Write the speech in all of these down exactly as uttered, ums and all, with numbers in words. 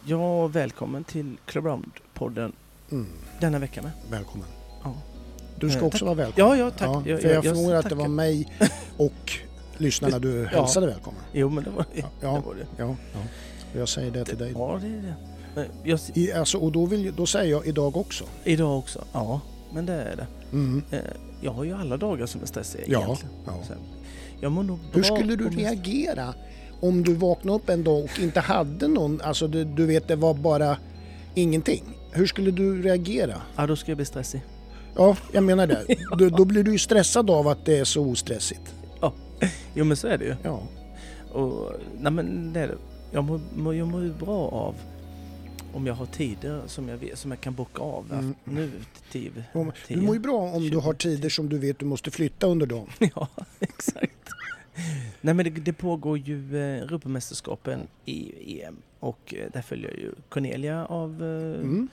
Ja, välkommen till Club Round-podden mm. denna vecka med. Välkommen. Ja. Du ska eh, också tack. vara välkommen. Ja, ja, tack. Ja, jag, för jag, jag jag förmodar att tackar. det var mig och lyssnarna du ja. hälsade välkommen. Jo, men det var det. Ja, ja, det, var det. ja, ja. Jag säger det till dig. Ja, det är det. Jag, I, alltså, och då, vill, då säger jag idag också. Idag också, ja. Men det är det. Mm. Eh, jag har ju alla dagar som är stressiga ja, egentligen. Ja. Så jag mår nog bra. Hur skulle du reagera om du vaknade upp en dag och inte hade någon, alltså du, du vet det var bara ingenting. Hur skulle du reagera? Ja, då ska jag bli stressig. Ja, jag menar det. då, då blir du ju stressad av att det är så ostressigt. Ja, jo men så är det ju. Ja. Och, nej men det är det. Jag mår, mår, jag mår ju bra av om jag har tider som jag vet, som jag kan bocka av mm. nu till tio. Ja, du mår ju bra om tjugo, du har tider som du vet du måste flytta under dagen. Ja, exakt. Nej men det, det pågår ju eh, Europamästerskapen i E M och eh, där följer ju Cornelia av eh, mm.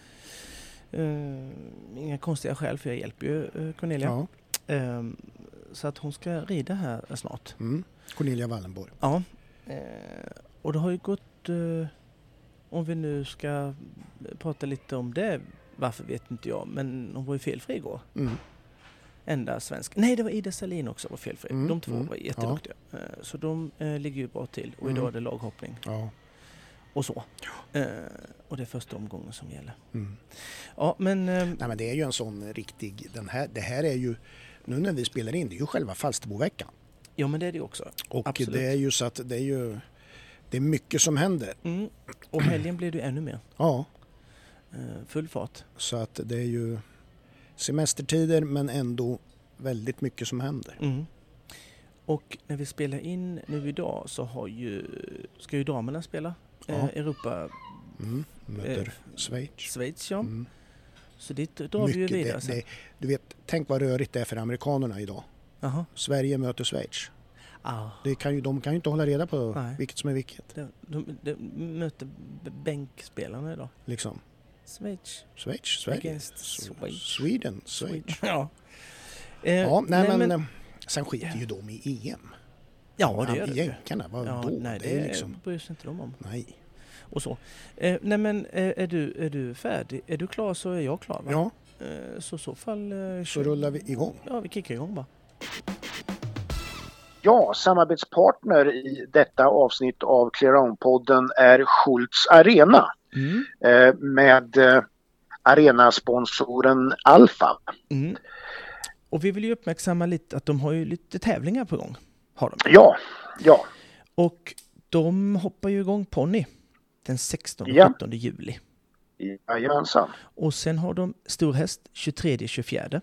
eh, inga konstiga skäl för jag hjälper ju eh, Cornelia. Ja. Eh, så att hon ska rida här snart. Mm. Cornelia Wallenborg. Ja. Eh, och det har ju gått eh, om vi nu ska prata lite om det, varför vet inte jag, men hon var ju felfri igår. Mm. Enda svensk. Nej, det var Ida Salin också var felfri. Mm. De två mm. var jätteduktiga. Ja. Så de eh, ligger ju bra till. Och idag mm. är det laghoppning. Ja. Och så. Ja. Eh, och det är första omgången som gäller. Mm. Ja, men... Eh, Nej, men det är ju en sån riktig... Den här, det här är ju... Nu när vi spelar in, det är ju själva Falsterboveckan. Ja, men det är det också. Och absolut. Det är ju så att det är ju... Det är mycket som händer. Mm. Och helgen blir det ännu mer. Ja. Eh, full fart. Så att det är ju semestertider men ändå väldigt mycket som händer. Mm. Och när vi spelar in nu idag så har ju, ska ju damerna spela ja. eh, Europa... Mm. Möter eh, Schweiz. Schweiz, ja. Mm. Så dit drar mycket, vi ju vidare. Det, det, du vet, tänk vad rörigt det är för amerikanerna idag. Aha. Sverige möter Schweiz. Ah. Det kan ju, de kan ju inte hålla reda på Nej. vilket som är vilket. De, de, de möter bänkspelarna idag. Liksom. Schweiz. Schweiz, Sverige. Schweiz. Sweden, Schweiz. Ja. Eh, ja, nej, nej men, men sen skiter ju de i E M. Ja, det gör det. Jänkarna, vad ja, då? Nej, det, det är liksom... bryr sig inte de om. Nej. Och så. Eh, nej men är, är, du, är du färdig? Är du klar så är jag klar, va? Ja. Eh, så i så fall... Eh, så rullar vi igång. Ja, vi kickar igång bara. Ja, samarbetspartner i detta avsnitt av Clearound-podden är Schultz Arena mm. eh, med eh, arenasponsoren Alfa. Mm. Och vi vill ju uppmärksamma lite att de har ju lite tävlingar på gång. Har de? Ja, ja. Och de hoppar ju igång Pony den sextonde och sjuttonde ja. juli. Jajamensan. Och sen har de storhäst tjugotredje tjugofjärde.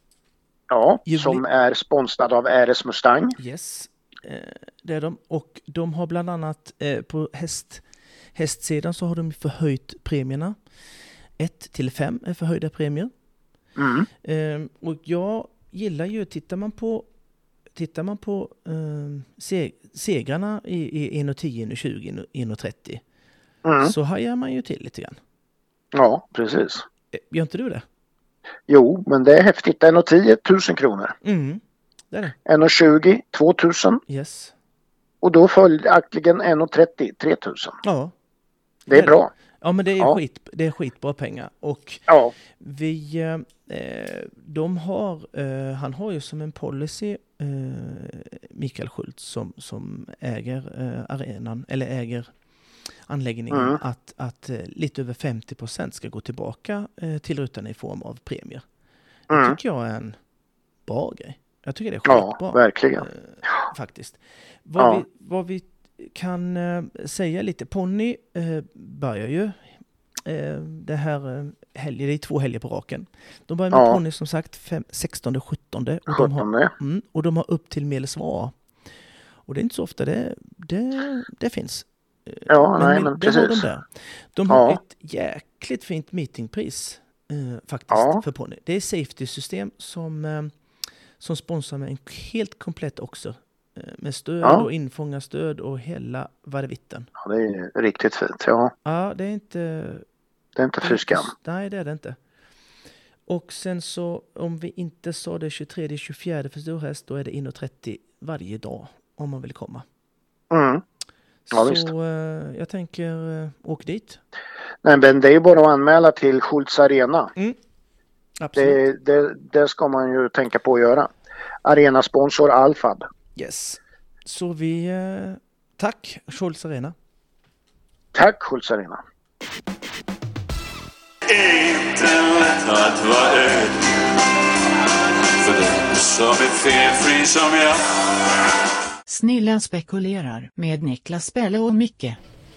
Ja, juli. Som är sponsrad av R S Mustang. Yes, eh, det är de. Och de har bland annat eh, på häst, hästsidan så har de förhöjt premierna. ett till fem är förhöjda premier. Mm. Eh, och jag gillar ju, tittar man på tittar man på eh, seg, segrarna i, i en tio, en tjugo, en trettio mm. så hajar man ju till lite grann. Ja, precis. Eh, gör inte du det? Jo, men det är häftigt. en tio, tusen kronor. Mm, det är det. en tjugo, tvåtusen. Yes. Och då följaktligen en trettio, tretusen. Ja. Det är det. Bra. Ja, men det är, ja. skit, det är skitbra pengar. Och ja. vi, eh, de har, eh, han har ju som en policy, eh, Mikael Schultz som, som äger eh, arenan, eller äger anläggningen, mm. att, att eh, lite över femtio procent ska gå tillbaka eh, till rutan i form av premier. Mm. Det tycker jag är en bra grej. Jag tycker det är skitbra. Ja, verkligen. Eh, faktiskt. Vad, ja. vi, vad vi kan eh, säga lite, Pony eh, börjar ju eh, det här eh, helger, det är två helger på raken. De börjar med ja. Pony som sagt fem, sextonde sjuttonde och de, har, mm, och de har upp till Medelsvara. Och det är inte så ofta det, det, det finns. Ja, men nej, men det precis. har de där. De har ja. ett jäkligt fint meetingpris eh, faktiskt ja. för Pony. Det är safety-system som, eh, som sponsrar med en helt komplett också. Eh, med stöd ja. och infångarstöd och hela vadevitten. Ja, det är riktigt fint, ja. Ja, det är inte... Det är inte för skam. Nej, det är det inte. Och sen så, om vi inte sa det tjugotredje tjugofjärde för storhäst, då är det en trettio varje dag om man vill komma. Mm. Ja, så visst. Uh, jag tänker, uh, åk dit. Nej, men det är ju bara att anmäla till Schultz Arena. Mm. Absolut. Det, det, det ska man ju tänka på att göra. Arenasponsor Alfab. Yes. Så vi... Eh, tack Schultz Arena. Tack Schultz Arena. Inte lätt att vara öd för den som är felfri som jag. Snillen spekulerar med Niklas Pelle och Micke.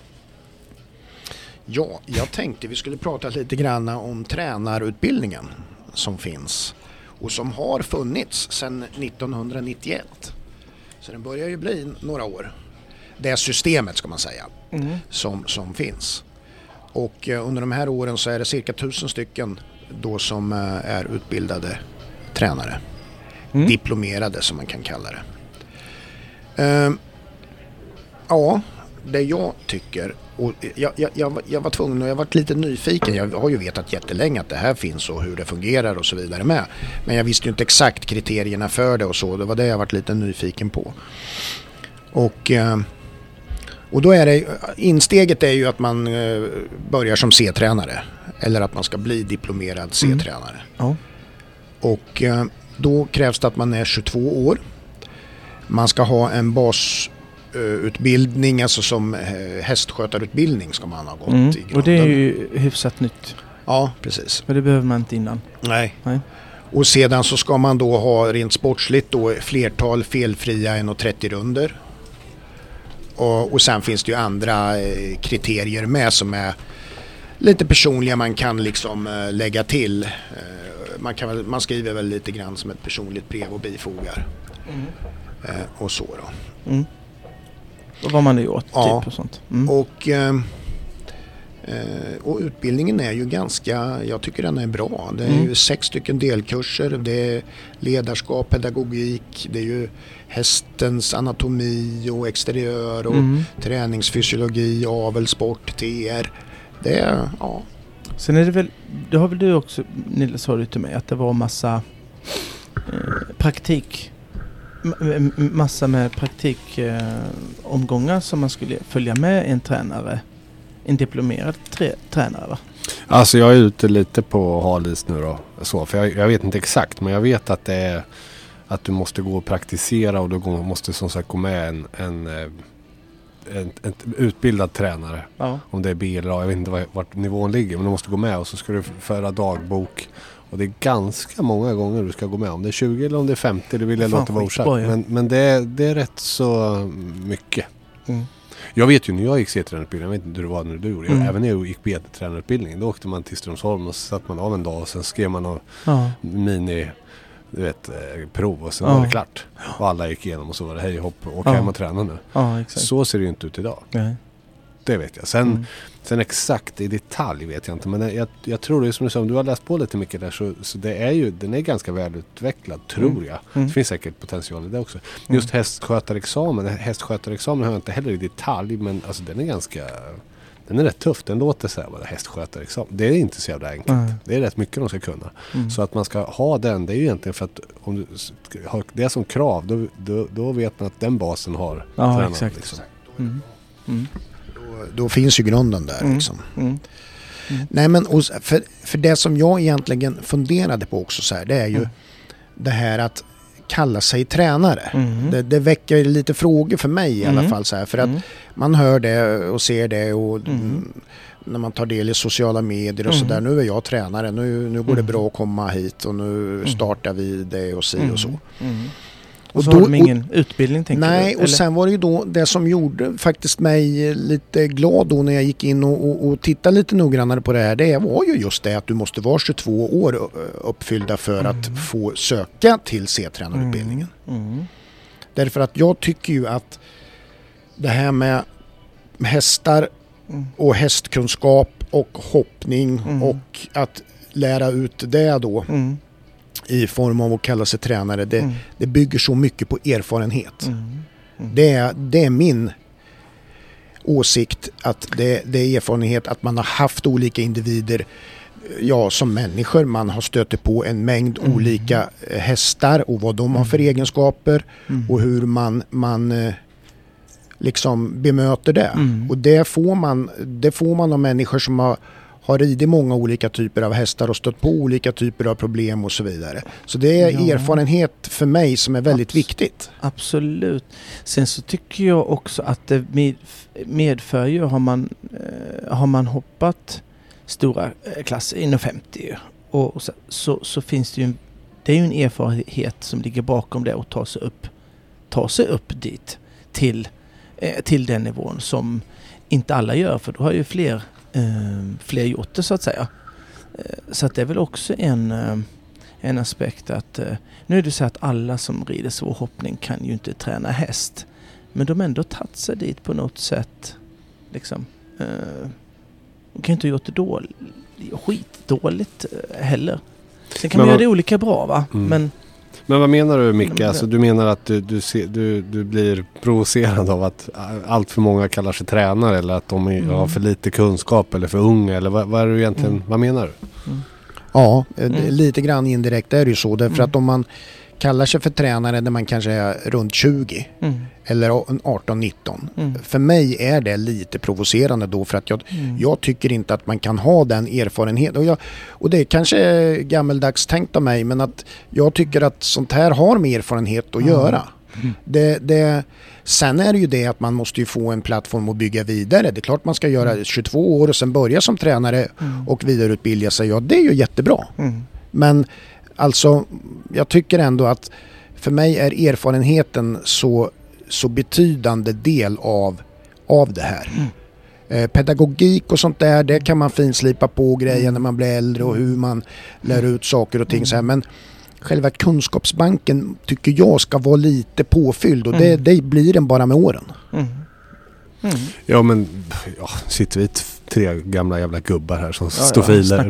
Ja, jag tänkte vi skulle prata lite grann om tränarutbildningen som finns och som har funnits sedan nittonhundranittioett. Så den börjar ju bli några år. Det systemet ska man säga mm. som, som finns. Och eh, under de här åren så är det cirka tusen stycken då som eh, är utbildade tränare. Mm. Diplomerade som man kan kalla det. Uh, ja, det jag tycker, och jag, jag, jag, jag var tvungen och jag var lite nyfiken. Jag har ju vetat jättelänge att det här finns och hur det fungerar och så vidare med. Men jag visste ju inte exakt kriterierna för det och så. Det var det jag varit lite nyfiken på. Och, uh, och då är det, insteget är ju att man uh, börjar som C-tränare. Eller att man ska bli diplomerad C-tränare. Mm. Ja. Och uh, då krävs det att man är tjugotvå år. Man ska ha en basutbildning, alltså som hästskötarutbildning ska man ha gått mm. i grunden. Och det är ju hyfsat nytt. Ja, precis. För det behöver man inte innan. Nej. Nej. Och sedan så ska man då ha rent sportsligt då flertal felfria en och trettio runder. Och, och sen finns det ju andra kriterier med som är lite personliga man kan liksom lägga till. Man, kan väl, man skriver väl lite grann som ett personligt brev och bifogar. Mm. Eh, och så då. Mm. Och vad man har gjort ja. typ och sånt. Mm. Och, eh, och utbildningen är ju ganska, jag tycker den är bra. Det är mm. ju sex stycken delkurser. Det är ledarskap, pedagogik. Det är ju hästens anatomi och exteriör och mm. träningsfysiologi, avel, sport, T R. Det är, ja. Sen är det väl, det har väl du också, Nilla, sa du till mig att det var massa eh, praktik M- massa med praktikomgångar eh, som man skulle följa med en tränare, en diplomerad tre- tränare va? Alltså jag är ute lite på halis nu då, så, för jag, jag vet inte exakt, men jag vet att det är att du måste gå och praktisera och du måste som sagt gå med en, en, en, en, en utbildad tränare. Ja. Om det är B eller A, jag vet inte vart nivån ligger, men du måste gå med och så ska du föra dagbok. Och det är ganska många gånger du ska gå med. Om det är tjugo eller om det är femtio, det vill jag låta vara osagt. Men, men det, är, det är rätt så mycket. Mm. Jag vet ju när jag gick C-tränarutbildning, jag vet inte hur det var när du gjorde. Mm. Även när jag gick B-tränarutbildning, då åkte man till Strömsholm och så satt man av en dag och sen skrev man någon ja. mini du vet, prov och sen ja. var det klart. Och alla gick igenom och så var det hej hopp och ja. hem och träna nu. Ja, exakt. Så ser det ju inte ut idag. Nej. Det vet jag. Sen, mm. sen exakt i detalj vet jag inte. Men jag, jag tror det är som du sa, om du har läst på lite mycket där så, så det är ju, den är ganska välutvecklad, tror mm. jag. Mm. Det finns säkert potential i det också. Mm. Just hästskötarexamen, hästskötarexamen har jag inte heller i detalj, men alltså den är ganska, den är rätt tuff. Den låter så här, bara hästskötarexamen. Det är inte så jävla enkelt. Mm. Det är rätt mycket de ska kunna. Mm. Så att man ska ha den, det är ju egentligen för att om du har det som krav, då, då, då vet man att den basen har ja, tränat. Exakt. Liksom. Mm. Mm. Då finns ju grunden där mm. liksom. Mm. Mm. Nej men och för, för det som jag egentligen funderade på också så här, det är ju mm. det här att kalla sig tränare. Mm. Det, det väcker lite frågor för mig i mm. alla fall så här, för att mm. man hör det och ser det och mm. när man tar del i sociala medier och mm. så där, nu är jag tränare, nu, nu går det bra att komma hit och nu startar vi det och si mm. och så. Mm. Och så och då, har de ingen och, utbildning tänker nej, du? Och sen var det ju då det som gjorde faktiskt mig lite glad då när jag gick in och, och, och tittade lite noggrannare på det här. Det var ju just det att du måste vara tjugotvå år uppfyllda för mm. att få söka till C-tränarutbildningen. Mm. Mm. Därför att jag tycker ju att det här med hästar mm. och hästkunskap och hoppning mm. och att lära ut det då mm. i form av att kalla sig tränare, det, mm. det bygger så mycket på erfarenhet. Mm. Mm. Det, är, det är min åsikt att det, det är erfarenhet att man har haft olika individer, ja, som människor. Man har stött på en mängd mm. olika hästar och vad de har för egenskaper mm. och hur man, man liksom bemöter det. Mm. Och det får man det får man av människor som har, har ridit många olika typer av hästar och stött på olika typer av problem och så vidare. Så det är ja. erfarenhet för mig som är väldigt Abs- viktigt. Absolut. Sen så tycker jag också att det med, medför ju, har man, eh, har man hoppat stora klasser inom femtio och, och så, så, så finns det ju en, det är ju en erfarenhet som ligger bakom det och ta sig upp, ta sig upp dit till, eh, till den nivån som inte alla gör, för då har ju fler Uh, fler gjort det så att säga. Uh, så att det är väl också en, uh, en aspekt att uh, nu är det så att alla som rider svårhoppning kan ju inte träna häst, men de har ändå tagit sig dit på något sätt liksom. Uh, de kan ju inte ha gjort det dåligt, skitdåligt uh, heller. Sen kan men man göra det olika bra va? Mm. Men Men vad menar du, Micke? Alltså, du menar att du, du, ser, du, du blir provocerad av att allt för många kallar sig tränare, eller att de mm. har för lite kunskap eller för unga, eller vad, vad är du egentligen, mm. vad menar du? Mm. Ja, mm. lite grann indirekt är det ju så. Därför mm. att om man kallar sig för tränare när man kanske är runt tjugo mm. eller arton nitton. Mm. För mig är det lite provocerande då, för att jag, mm. jag tycker inte att man kan ha den erfarenheten. Och, jag, och det är kanske gammeldags tänkt av mig, men att jag tycker att sånt här har med erfarenhet att mm. göra. Mm. Det, det, sen är det ju det att man måste ju få en plattform att bygga vidare. Det är klart man ska göra tjugotvå år och sen börja som tränare mm. och vidareutbilda sig. Ja, det är ju jättebra. Mm. Men alltså, jag tycker ändå att för mig är erfarenheten så, så betydande del av, av det här. Mm. Eh, pedagogik och sånt där, det kan man finslipa på grejer när man blir äldre och hur man lär ut saker och ting. Mm. Så här. Men själva kunskapsbanken tycker jag ska vara lite påfylld och mm. det, det blir den bara med åren. Mm. Mm. Ja, men ja, sitter vi tre gamla jävla gubbar här som ja, står ja, filer.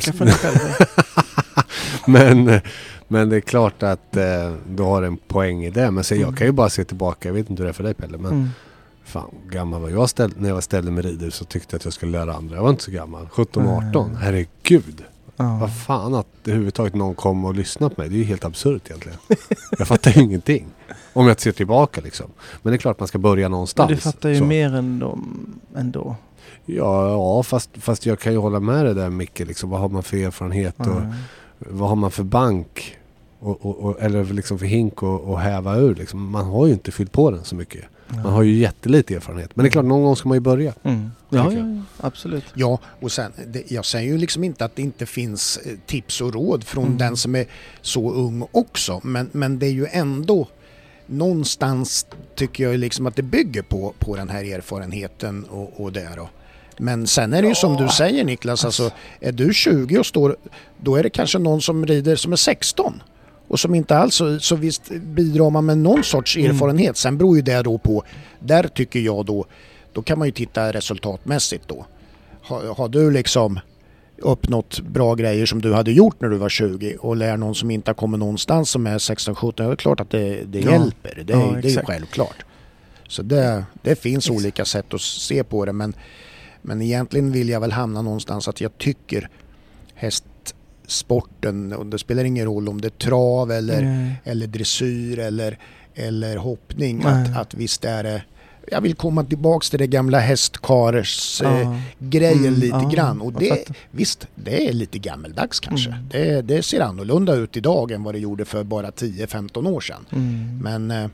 men, men det är klart att eh, du har en poäng i det. Men så, mm. jag kan ju bara se tillbaka, jag vet inte hur det är för dig, Pelle, men mm. fan, gammal var jag ställ, när jag ställde mig rider så tyckte jag att jag skulle lära andra. Jag var inte så gammal, sjutton arton, mm. herregud. Oh. Vad fan att överhuvudtaget någon kom och lyssnade på mig. Det är ju helt absurt egentligen. Jag fattar ju ingenting. Om jag ser tillbaka liksom. Men det är klart man ska börja någonstans. Men du fattar ju så. Mer än dem ändå. Ja, ja fast, fast jag kan ju hålla med det där mycket. Liksom. Vad har man för erfarenhet mm. och vad har man för bank? Och, och, och, eller liksom för hink och, och häva ur. Liksom. Man har ju inte fyllt på den så mycket. Man har ju jättelite erfarenhet. Men det är klart, någon gång ska man ju börja. Mm. Ja, ja, ja, absolut. Ja, och sen, det, jag säger ju liksom inte att det inte finns tips och råd från mm. den som är så ung också. Men, men det är ju ändå någonstans, tycker jag liksom att det bygger på, på den här erfarenheten och, och det då. Men sen är det ju som du säger, Niklas, alltså, är du tjugo och står, då är det kanske någon som rider som är sexton. Och som inte alls, så, så visst bidrar man med någon sorts erfarenhet. Mm. Sen beror ju det då på, där tycker jag då, då kan man ju titta resultatmässigt då. Har, har du liksom uppnått bra grejer som du hade gjort när du var tjugo och lär någon som inte har kommit någonstans som är sexton sjutton, det är klart att det, det ja. hjälper. Det, ja, det är ju självklart. Så det, det finns exakt. olika sätt att se på det, men, men egentligen vill jag väl hamna någonstans att jag tycker häst sporten, och det spelar ingen roll om det är trav eller, mm. eller dressyr eller, eller hoppning, mm. att, att visst är det, jag vill komma tillbaks till det gamla hästkarers ja. eh, grejen mm, lite ja, grann, och det, visst, det är lite gammeldags kanske. Mm. Det, det ser annorlunda ut idag än vad det gjorde för bara tio femton år sedan. Mm. Men eh,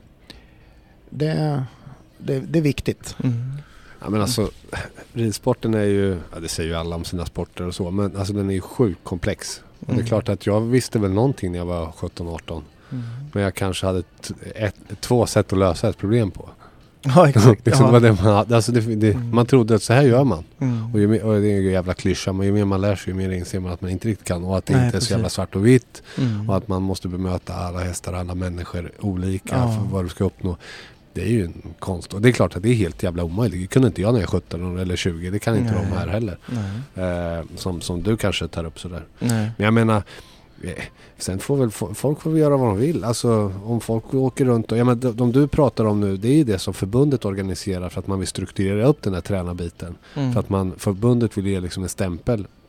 det, det, det är viktigt. Mm. Ja, men alltså, ridsporten är ju, ja, det säger ju alla om sina sporter och så, men alltså den är ju sjukt komplex. Mm. Och det är klart att jag visste väl någonting när jag var sjutton arton. Mm. Men jag kanske hade t- ett, två sätt att lösa ett problem på. Ja, exakt. liksom ja. Det man, alltså det, det, mm. man trodde att så här gör man. Mm. Och, ju, och det är ju jävla klyscha, men ju mer man lär sig, ju mer inser man att man inte riktigt kan. Och att det Nej, inte är så jävla svart och vitt. Mm. Och att man måste bemöta alla hästar och alla människor olika ja. för vad du ska uppnå. Det är ju en konst. Och det är klart att det är helt jävla omöjligt. Det kunde inte jag när jag är sjutton eller tjugo. Det kan inte Nej. de här heller. Eh, som, som du kanske tar upp sådär. Nej. Men jag menar, eh, sen får väl folk får väl göra vad de vill. Alltså om folk åker runt och, ja, men de, de du pratar om nu, det är ju det som förbundet organiserar för att man vill strukturera upp den här tränarbiten. Mm. För att man, förbundet vill ge liksom en stämpel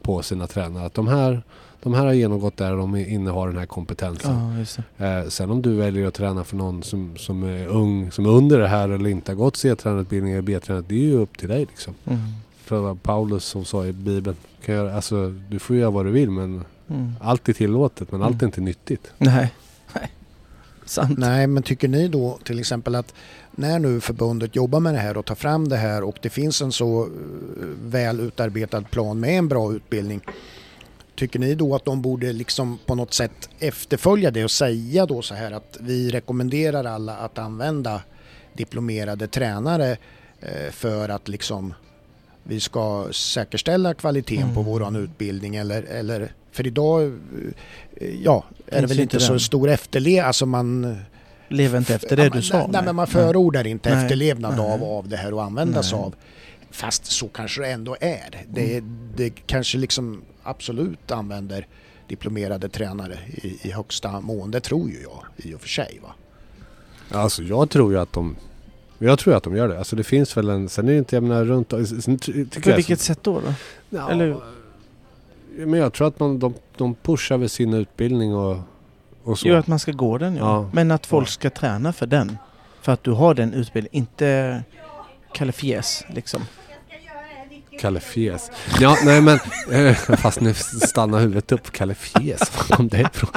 på sina tränare att de här, de här har genomgått där och de innehar den här kompetensen. Ja, just det. Eh, sen om du väljer att träna för någon som, som är ung, som är under det här eller inte har gått C-tränarutbildning eller B-tränare, det är ju upp till dig liksom. Mm. För Paulus som sa i Bibeln, kan göra, alltså, du får göra vad du vill men Mm. allt är tillåtet men Mm. allt är inte nyttigt. Nej. Nej. Sant. Nej, men tycker ni då till exempel att när nu förbundet jobbar med det här och tar fram det här och det finns en så eh, väl utarbetad plan med en bra utbildning, tycker ni då att de borde liksom på något sätt efterfölja det och säga då så här att vi rekommenderar alla att använda diplomerade tränare eh, för att liksom vi ska säkerställa kvaliteten Mm. på våran utbildning eller, eller för idag eh, ja, är det Finns väl inte inte så den. stor efterlevnad, alltså man Lever inte efter det Ja, du men- sa. Nej, men man förordar inte Nej. efterlevnad Nej. av, av det här och användas Nej. av. Fast så kanske det ändå är. Det, det kanske liksom absolut använder diplomerade tränare i, i högsta mån. Det tror ju jag i och för sig. Va? Alltså jag tror ju att de jag tror att de gör det. Alltså det finns väl en, sen är det inte, jag menar runt sen, tycker På jag, vilket sätt då? då? ja, eller- men jag tror att man, de, de pushar väl sin utbildning och, och så. Jo, att man ska gå den, ja. Ja. Men att folk Ja. ska träna för den. För att du har den utbildningen. Inte Kalle Fjäs, liksom. Kalle Fjäs. Ja, nej men eh, fast nu stannar huvudet upp. Kalle Fjäs, vad kom det ifrån?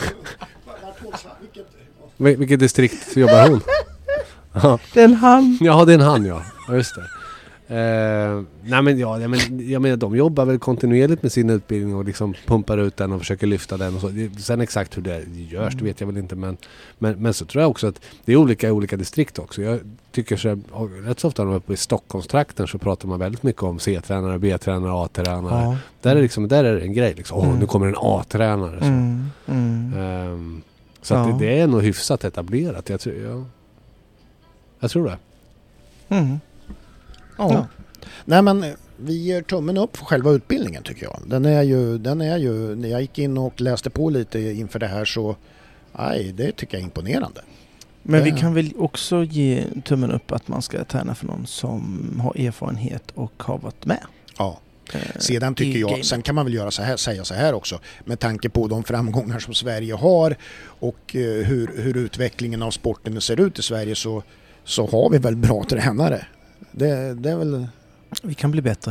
Vil- Vilket distrikt jobbar hon? Ja. Den han. Ja, det är en han, ja. Ja, just det. Eh, nej men ja, jag menar, jag menar, de jobbar väl kontinuerligt med sin utbildning och liksom pumpar ut den och försöker lyfta den och så. Det- Sen exakt hur det görs, det vet jag väl inte, men, men, men så tror jag också att det är olika i olika distrikt också. Jag tycker så här, rätt så ofta när man är uppe i Stockholmstrakten så pratar man väldigt mycket om C-tränare, B-tränare, A-tränare. Ja. Där är liksom, där är det en grej liksom. Åh, Mm. nu kommer en A-tränare. Så, Mm. Mm. Ehm, så att Ja. det, det är nog hyfsat etablerat. Jag tror, ja. jag tror det. Mm. Ja. Ja. Nej, men vi ger tummen upp för själva utbildningen tycker jag. Den är ju, den är ju, när jag gick in och läste på lite inför det här så, nej, det tycker jag är imponerande. Men vi Ja. kan väl också ge tummen upp att man ska träna för någon som har erfarenhet och har varit med. Ja. eh, Sedan i tycker jag, gamet. sen kan man väl göra så här, säga så här också, med tanke på de framgångar som Sverige har och eh, hur, hur utvecklingen av sporten ser ut i Sverige så, så har vi väl bra tränare. Det, det är väl... Vi kan bli bättre.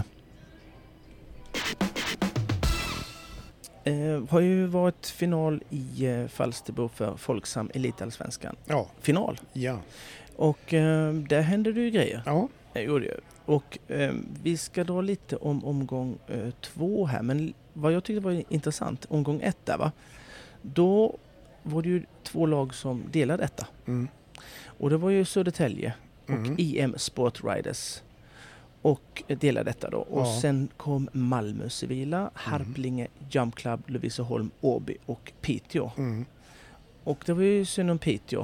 Eh, har ju varit final i eh, Falsterbo för Folksam Elitallsvenskan. Ja. Final. Ja. Och eh, där hände det ju grejer. Ja. Det gjorde det. Och eh, vi ska dra lite om omgång eh, två här. Men vad jag tyckte var intressant, omgång ett där va. Då var det ju två lag som delade detta. Mm. Och det var ju Södertälje och Mm. I M Sport Riders. Och delade detta då. Och Ja. sen kom Malmö Civila, Harplinge, Jump Club, Loviseholm, Åby och Piteå. Mm. Och det var ju synd om Piteå.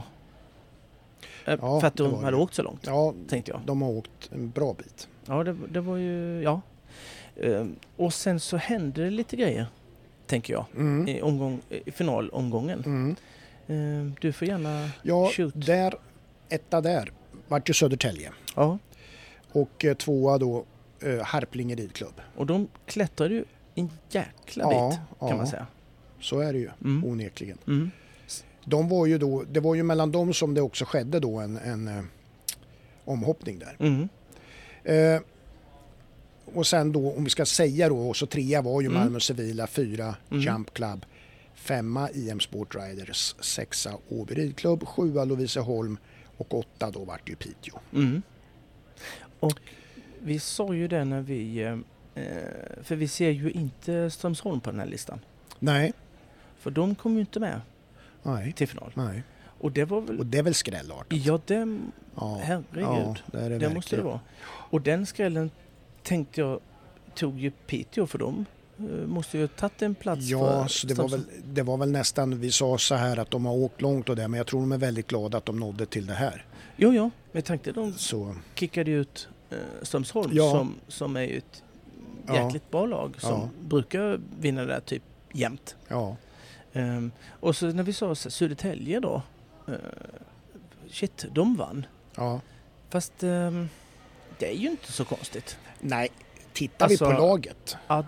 Eh, Ja, för att det de var det. hade åkt så långt, Ja, tänkte jag. de har åkt en bra bit. Ja, det, det var ju, ja. Ehm, och sen så hände det lite grejer, tänker jag, Mm. i, omgång, i finalomgången. Mm. Ehm, du får gärna Ja, shoot. där, etta där vart ju Södertälje. Ja, Och eh, tvåa då eh, Harplinge ridklubb. och de klättrade ju en jäkla Ja, bit, kan ja. man säga. Så är det ju, Mm. onekligen. Mm. De var ju då, det var ju mellan dem som det också skedde då en, en eh, omhoppning där. Mm. Eh, och sen då, om vi ska säga då, så trea var ju Mm. Malmö Civila, fyra Mm. Jump Club, femma I M Sport Riders, sexa Åby ridklubb, sjua Loviseholm och åtta då vart ju Piteå. Mm. Och vi sa ju det när vi, eh, för vi ser ju inte Strömsholm på den här listan. Nej, För de kom ju inte med nej, till final. nej. Och det var väl, Och det är väl skrällartat? ja det, Ja, herregud. ja, det är det, Det verkligen. måste det vara. Och den skrällen tänkte jag tog ju Piteå för dem. Eh, Måste ju ha tagit en plats Ja, för så det var, väl, det var väl nästan, vi sa så här att de har åkt långt och det, men jag tror de är väldigt glada att de nådde till det här. Jo, ja. Men jag tänkte de Så, kickade ut eh, Strömsholm Ja. som, som är ju ett Ja. jäkligt bra lag som Ja. brukar vinna det där typ jämt. ja. Ehm, och så när vi sa så- Södertälje då. Uh, shit, de vann. Ja. Fast ehm, det är ju inte så konstigt. Nej, tittar Alltså- vi på laget. Ad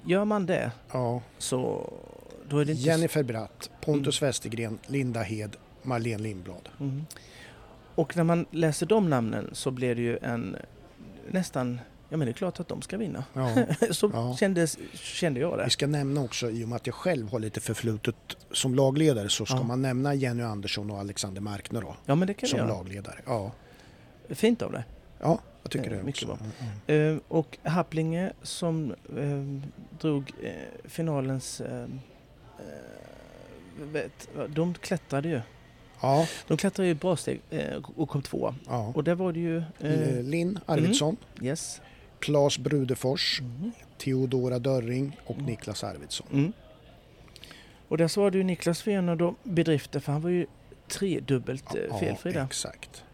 gör man det Ja. så då är det inte... Jennifer Bratt, Pontus mm. Westergren, Linda Hed, Marlene Lindblad. Mm. Och när man läser de namnen så blir det ju en nästan... Ja, men det är klart att de ska vinna. Ja. så ja. Kändes, kände jag det. Vi ska nämna också, i och med att jag själv har lite förflutet som lagledare, så ska ja. man nämna Jenny Andersson och Alexander Markner då. Ja, men det kan som jag. lagledare. Ja. Fint av det. Ja, jag tycker eh, det mycket också. Bra. Mm. Eh, och Happlinge som eh, drog eh, finalens... Eh, vet, de klättrade ju. Ja. De klättrade ju bra steg eh, och kom två. Ja. Och där var det ju... Eh, Linn Arvidsson. Mm, yes. Claes Brudefors, Mm. Theodora Dörring och Mm. Niklas Arvidsson. Mm. Och där så var det ju Niklas för en av de bedrifter, för han var ju tredubbelt eh, felfri där. Ja, exakt.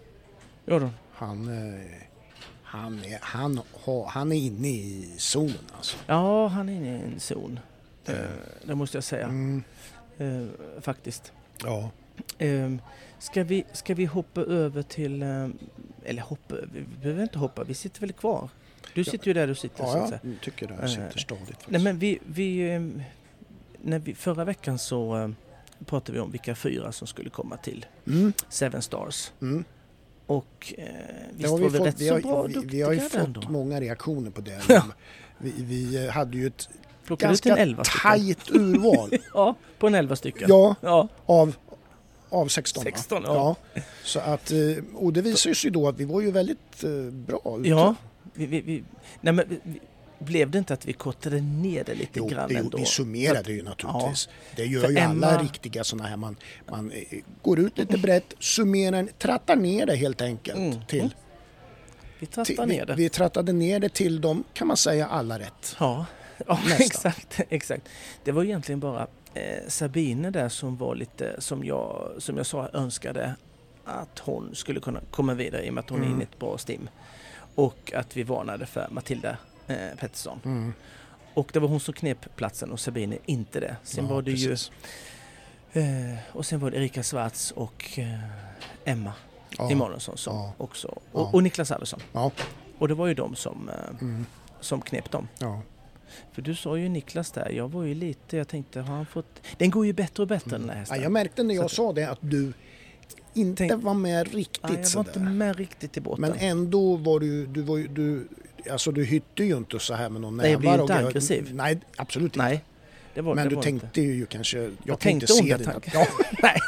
Ja då. Han, eh, han, är, han, ha, han är inne i zonen alltså. Ja, han är inne i en zon. Eh, det måste jag säga. Mm. Eh, faktiskt. Ja. Eh, ska, vi, ska vi hoppa över till... Eh, eller hoppa vi behöver inte hoppa, vi sitter väl kvar. Du sitter ja. ju där du sitter. Ja, så att säga. jag tycker det. Jag sitter stadigt. Faktiskt. Nej, men vi... vi, eh, när vi förra veckan så eh, pratade vi om vilka fyra som skulle komma till Mm. Seven Stars. Mm. Och eh, visst Det har vi, var vi fått, rätt vi, så har, bra vi, duktiga vi har ju där fått ändå. många reaktioner på det. Ja. Vi, vi hade ju ett Plockade ut en ganska elva stycken. tajt urval. Ja, på en elva stycken. Ja, ja. av, av sexton. sexton, va? ja. ja. Så att, eh, och det visar sig då att vi var ju väldigt eh, bra ute. Ja, vi, vi, vi, nej men vi, vi, blev det inte att vi kortade ner det lite Jo, grann det, ändå? vi summerade att, ju naturligtvis. Ja, det gör För ju Emma... alla riktiga sådana här. Man, man eh, går ut lite brett, summerar, trattar ner det helt enkelt. Mm. Till, Mm. Vi trattar till, ner det. Vi, vi trattade ner det till dem, kan man säga, alla rätt. Ja, ja Nästan. exakt, exakt. Det var egentligen bara eh, Sabine där som var lite, som jag, som jag sa, önskade att hon skulle kunna komma vidare i och med att hon Mm. är inne i ett bra stim. Och att vi varnade för Matilda eh, Pettersson. Mm. Och det var hon som knep platsen och Sabine inte det. Sen Ja, var det precis. ju eh, och sen var det Erika Svarts och eh, Emma Ja. Emanuelsson som Ja. också och, Ja. och Niklas Arvidsson. Ja. Och det var ju de som eh, Mm. som knep dem. Ja. För du sa ju Niklas där, jag var ju lite, jag tänkte, har han fått... Den går ju bättre och bättre Mm. den här hästen. Ja, jag märkte när jag Så sa det att du inte Tänk- var med riktigt ja, jag var sådär. inte med riktigt i båten. Men ändå var du, du var ju, du, alltså du hytte ju inte så här med någon Nej, jag blev nävar inte och- aggressiv. Nej, absolut inte. Nej. Det var, Men det du var tänkte inte. ju kanske, jag, Jag tänkte tänkte se onda dina... tankar. Ja, Nej.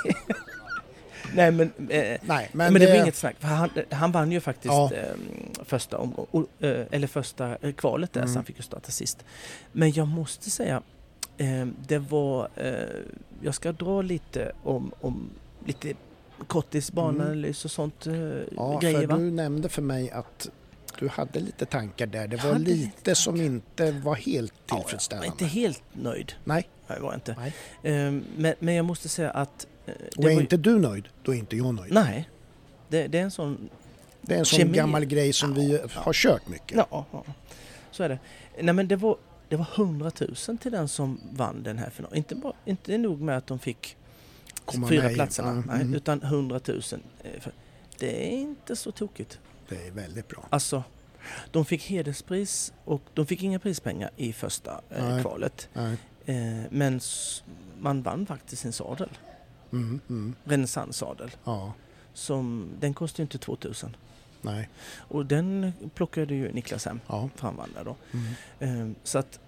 Nej, men... Eh, nej, men, men, det var inget snack. För han, han vann ju faktiskt Ja. eh, första, om, o, eh, eller första eh, kvalet där, Mm. så han fick ju starta sist. Men jag måste säga, eh, det var... Eh, jag ska dra lite om, om lite kortis, bananalys och sånt eh, Ja, grejer, för va? du nämnde för mig att du hade lite tankar där. Det var hade lite lite som inte var helt Ja, jag var tillfredsställande. inte helt nöjd. Nej, Jag var inte. nej. Eh, men, men jag måste säga att... eh, det Och är var ju- inte du nöjd, då är inte jag nöjd. Nej. Det, det är en sån... Det är en sån Kemi. gammal grej som Ja, vi ja. har kört mycket. Ja, ja, så är det. Nej, men det var, det var hundratusen till den som vann den här finalen. Inte, bara, inte nog med att de fick Komma fyra med i- platserna, ja, nej, mm. utan hundratusen. eh, för- Det är inte så tokigt. Det är väldigt bra. Alltså, de fick hederspris och de fick inga prispengar i första eh, Nej. kvalet. Nej. Eh, men s- man vann faktiskt en sadel. Mm, mm. Renässanssadel. Ja, Som, den kostade ju inte tvåtusen. nej. Och den plockade ju Niklas hem. Ja. Framvandrad då. Mm. Eh, så att,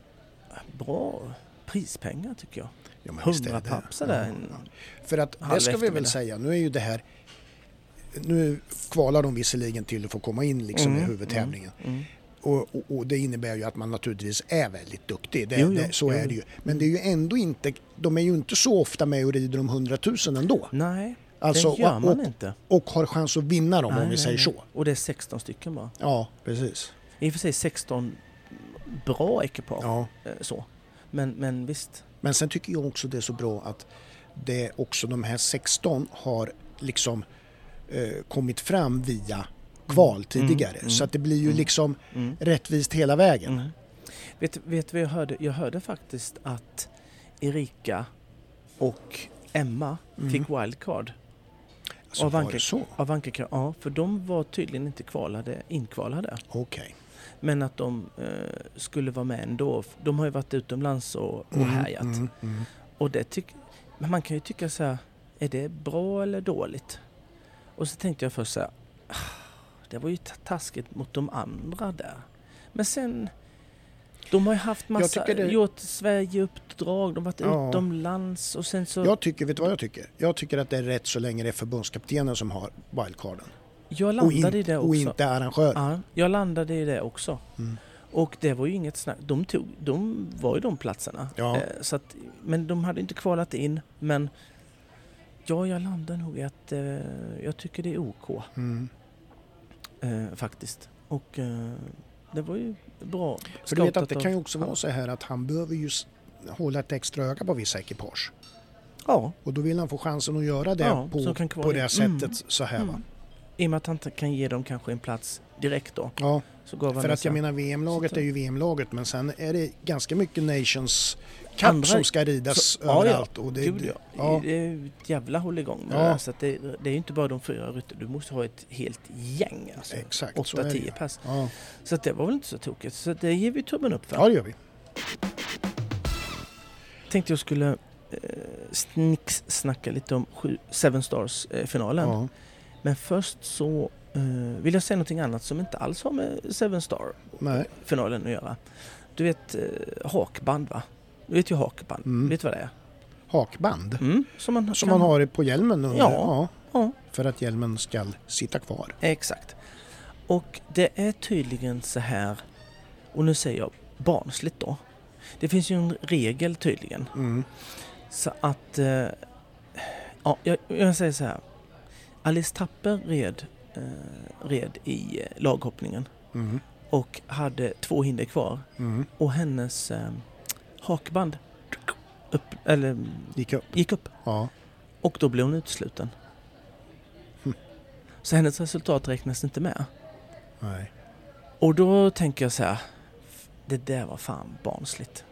bra prispengar tycker jag. Ja, men visst är Hundra det. papp sådär. Ja, en- ja. För att det halv ska vi väl eftermiddag. säga, nu är ju det här, nu kvalar de visserligen till att få komma in liksom Mm, i huvudtävlingen. Mm. Och, och, och det innebär ju att man naturligtvis är väldigt duktig, det, Jo, jo, det, så jo, är jo. det ju. Men det är ju ändå inte, de är ju inte så ofta med och rider om hundratusen ändå. Nej, Alltså, det gör man och, inte. och har chans att vinna dem Nej, om vi nej, säger nej. så. Och det är sexton stycken bara. Ja, precis. I och för sig sexton bra ekipage. Ja. eh, Så. Men, men visst. Men sen tycker jag också det är så bra att det också de här sexton har liksom eh, kommit fram via kval tidigare. mm, så att det blir ju mm, liksom Mm. rättvist hela vägen. Mm. Vet vet du vad jag hörde? Jag hörde faktiskt att Erika och Emma Mm. fick wildcard. Så Av var Anke- det så? Av Anke, ja, för de var tydligen inte kvalade, inkvalade. Okej. Men att de eh, skulle vara med ändå. De har ju varit utomlands och, och Mm, härjat. mm, mm. Och det tyck, men man kan ju tycka så här, är det bra eller dåligt? Och så tänkte jag först så här, ah, det var ju taskigt mot de andra där. Men sen, de har ju haft massa, det... gjort Sverige-uppdrag, de har varit Ja. utomlands och sen så... Jag tycker, vet du vad jag tycker? Jag tycker att det är rätt så länge det är förbundskaptenen som har wildcarden. Jag landade och, in, i det också. och inte arrangör. Ja, jag landade i det också. Mm. Och det var ju inget snack. De, tog, de var ju de platserna. Ja. Eh, så att, men de hade inte kvalat in. Men ja, jag landade nog i att eh, jag tycker det är OK. Mm. Eh, faktiskt. Och eh, det var ju bra. För du vet att scoutat det kan ju av- också vara så här att han behöver ju s- hålla ett extra öga på vissa ekipage. Ja, Och då vill han få chansen att göra det Ja, på, som kan kvala på in. det sättet Mm. så här va. Mm. i och med att han inte kan ge dem kanske en plats direkt då. Ja, Så gav han för att dessa- jag menar V M-laget Så- är ju V M-laget men sen är det ganska mycket Nations Cup Andra- som ska ridas så- ja, ja. överallt. Och det, Gud, ja. ja. Det är ett jävla hålligång med Ja. det där. Så att det, det är ju inte bara de fyra rytter. Du måste ha ett helt gäng. Alltså. Exakt, så är åtta det tio ju. pass. Ja. Så att det var väl inte så tokigt. Så det ger vi tummen upp för. ja, det gör vi. Tänkte jag skulle eh, snicks snacka lite om sju, Seven Stars-finalen. Ja. Men först så eh, vill jag säga någonting annat som inte alls har med Seven Star-finalen Nej. att göra. Du vet eh, hakband va? Du vet ju hakband. Mm. Vet du vad det är? Hakband Mm, som man, som kan- man har på hjälmen under. Ja. Ja. Ja. För att hjälmen ska sitta kvar. Exakt. Och det är tydligen så här, och nu säger jag barnsligt då. Det finns ju en regel tydligen. Mm. Så att, eh, ja, jag, jag säger så här. Alice Tapper red, eh, red i eh, laghoppningen Mm. och hade två hinder kvar. Mm. Och hennes eh, hakband upp, eller, Gick upp. gick upp. Ja. Och då blev hon utesluten. Hm. Så hennes resultat räknas inte med. Nej. Och då tänker jag så här, det där var fan barnsligt.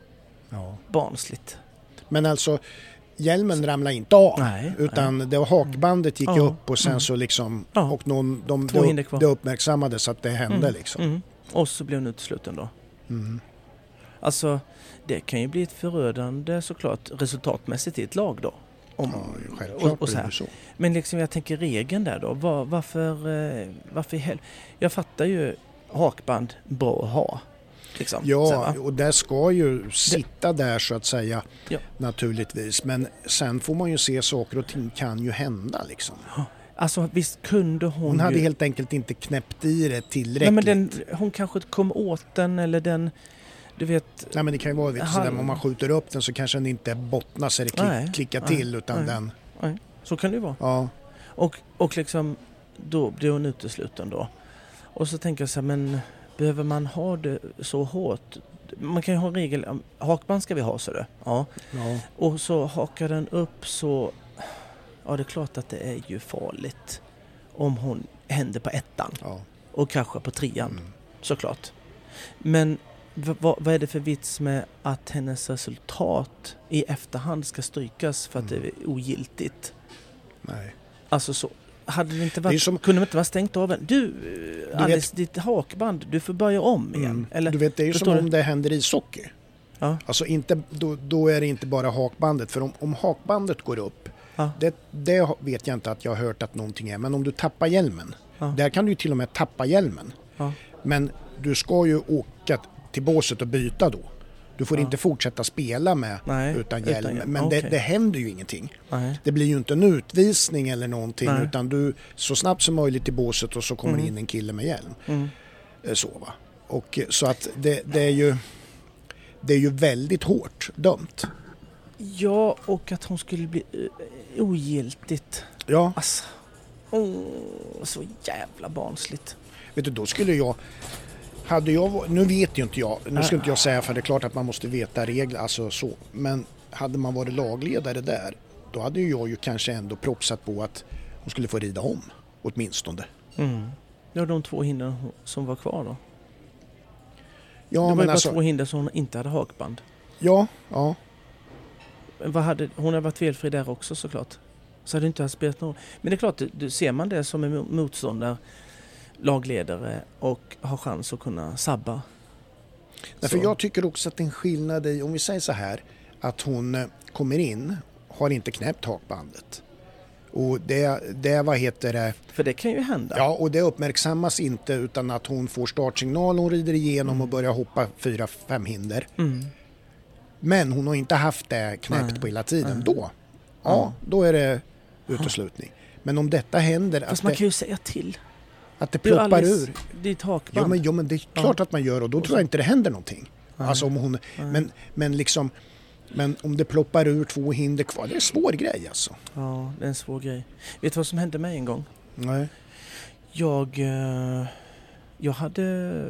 Ja. Barnsligt. Men alltså hjälmen ramlade inte av. Nej, utan det var hakbandet gick Ja. upp och sen Mm. så liksom Ja. och någon, de, Två hinder det, kvar. det uppmärksammades att det hände Mm. liksom. Mm. Och så blev hon utesluten då. Mm. Alltså, det kan ju bli ett förödande såklart resultatmässigt i ett lag då. Om, Ja, självklart och, och så blir här. det så. Men liksom jag tänker regeln där då. Var, varför, eh, varför i hel... Jag fattar ju hakband bra att ha. Liksom. Så här, Ja, va? och det ska ju sitta där så att säga Ja. naturligtvis. Men sen får man ju se saker och ting kan ju hända liksom. Alltså visst kunde hon, Hon hade ju... helt enkelt inte knäppt i det tillräckligt. Nej, men den, hon kanske kom åt den eller den... Du vet... Nej, men det kan ju vara vet, Han- sådär, om man skjuter upp den så kanske den inte bottnar sig eller klick, Nej, klickar nej, till utan nej. den... Nej, så kan det ju vara. Ja, Och, och liksom, då blir hon utesluten då. Och så tänker jag så här, men behöver man ha det så hårt? Man kan ju ha en regel, um, hakband ska vi ha så det. Ja. ja. Och så hakar den upp så, ja det är klart att det är ju farligt. Om hon händer på ettan ja. och kanske på trean, Mm. såklart. Men v- vad, vad är det för vits med att hennes resultat i efterhand ska strykas för att Mm. det är ogiltigt? Nej. Alltså så. Hade det inte Det är varit, som- kunde man inte vara stängt av en? Du, Alice, ditt hakband, du får börja om igen. Mm. Eller, Du vet, det är ju förstår som du? om det händer i ishockey. Ja. Alltså inte, då, då är det inte bara hakbandet. För om, om hakbandet går upp, Ja. det, det vet jag inte att jag har hört att någonting är. Men om du tappar hjälmen, Ja. där kan du ju till och med tappa hjälmen. Ja. Men du ska ju åka till båset och byta då. Du får Ja. inte fortsätta spela med Nej, utan utan hjälm. hjälm. Men Okej. det, det händer ju ingenting. Nej. Det blir ju inte en utvisning eller någonting Nej. utan du så snabbt som möjligt till båset och så kommer Mm. in en kille med hjälm. Mm. Eh, Så, va? Och, eh, så att det, det är ju det är ju väldigt hårt dömt. Ja, och att hon skulle bli uh, ogiltigt. Ja, Alltså, oh, så jävla barnsligt. vet du, då skulle jag hade jag va- nu vet ju inte jag, nu ska Ah. inte jag säga för det är klart att man måste veta regler, alltså så, men hade man varit lagledare där, då hade ju jag ju kanske ändå propsat på att hon skulle få rida om, åtminstone. Mm. Det var de två hinder som var kvar då. Ja, det var ju men bara alltså, två hinder som hon inte hade hakband. ja, ja, Vad hade, hon har varit felfri där också såklart. Så hade det inte spelat någon. Men det är klart, du, ser man det som en mo- motståndare. lagledare och har chans att kunna sabba. Därför jag tycker också att det är en skillnad i, om vi säger så här, att hon eh, kommer in, har inte knäppt hakbandet. Och det, det, vad heter det? För det kan ju hända. Ja, och det uppmärksammas inte utan att hon får startsignal, hon rider igenom mm. och börjar hoppa fyra, fem hinder. Mm. Men hon har inte haft det knäppt Nej. på hela tiden. Nej. Då, ja, mm. då är det uteslutning. Men om detta händer... Fast att man det, kan ju säga till. Att det ploppar alldeles, ur. Ditt hakband. Ja men, ja, men det är klart ja. att man gör och då och tror jag inte det händer någonting. Nej. Alltså om hon... Men, men liksom... Men om det ploppar ur två hinder kvar, det är en svår grej alltså. Ja, det är en svår grej. Vet du vad som hände mig en gång? Nej. Jag... Jag hade...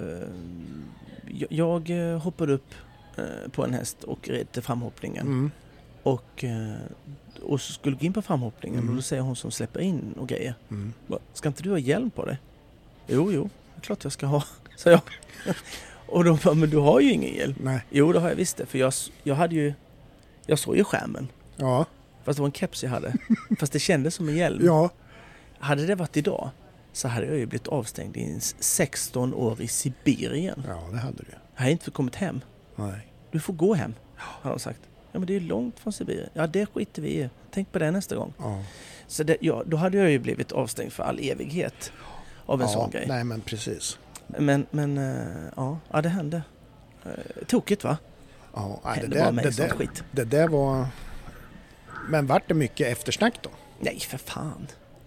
Jag, jag hoppade upp på en häst och red till framhoppningen. Mm. Och, och så skulle gå in på framhoppningen mm. och då säger hon som släpper in och grejer. Mm. Ska inte du ha hjälm på dig? Jo, jo. Det är klart jag ska ha, sa jag. Och de bara, men du har ju ingen hjälm. Nej. Jo, det har jag visst det. För jag, jag hade ju... Jag såg ju skärmen. Ja. Fast det var en keps jag hade. Fast det kändes som en hjälm. Ja. Hade det varit idag så hade jag ju blivit avstängd i sexton år i Sibirien. Ja, det hade du. Jag hade inte kommit hem. Nej. Du får gå hem, har de sagt. Ja, men det är långt från Sibirien. Ja, det skiter vi i. Tänk på det nästa gång. Ja. Så det, ja, då hade jag ju blivit avstängd för all evighet av en ja, sån grej. Nej, men precis. Men, men äh, ja, ja, det hände. Äh, tokigt, va? Ja, det, det, där, det, där, skit. det där var... Men vart det mycket eftersnack då? Nej, för fan.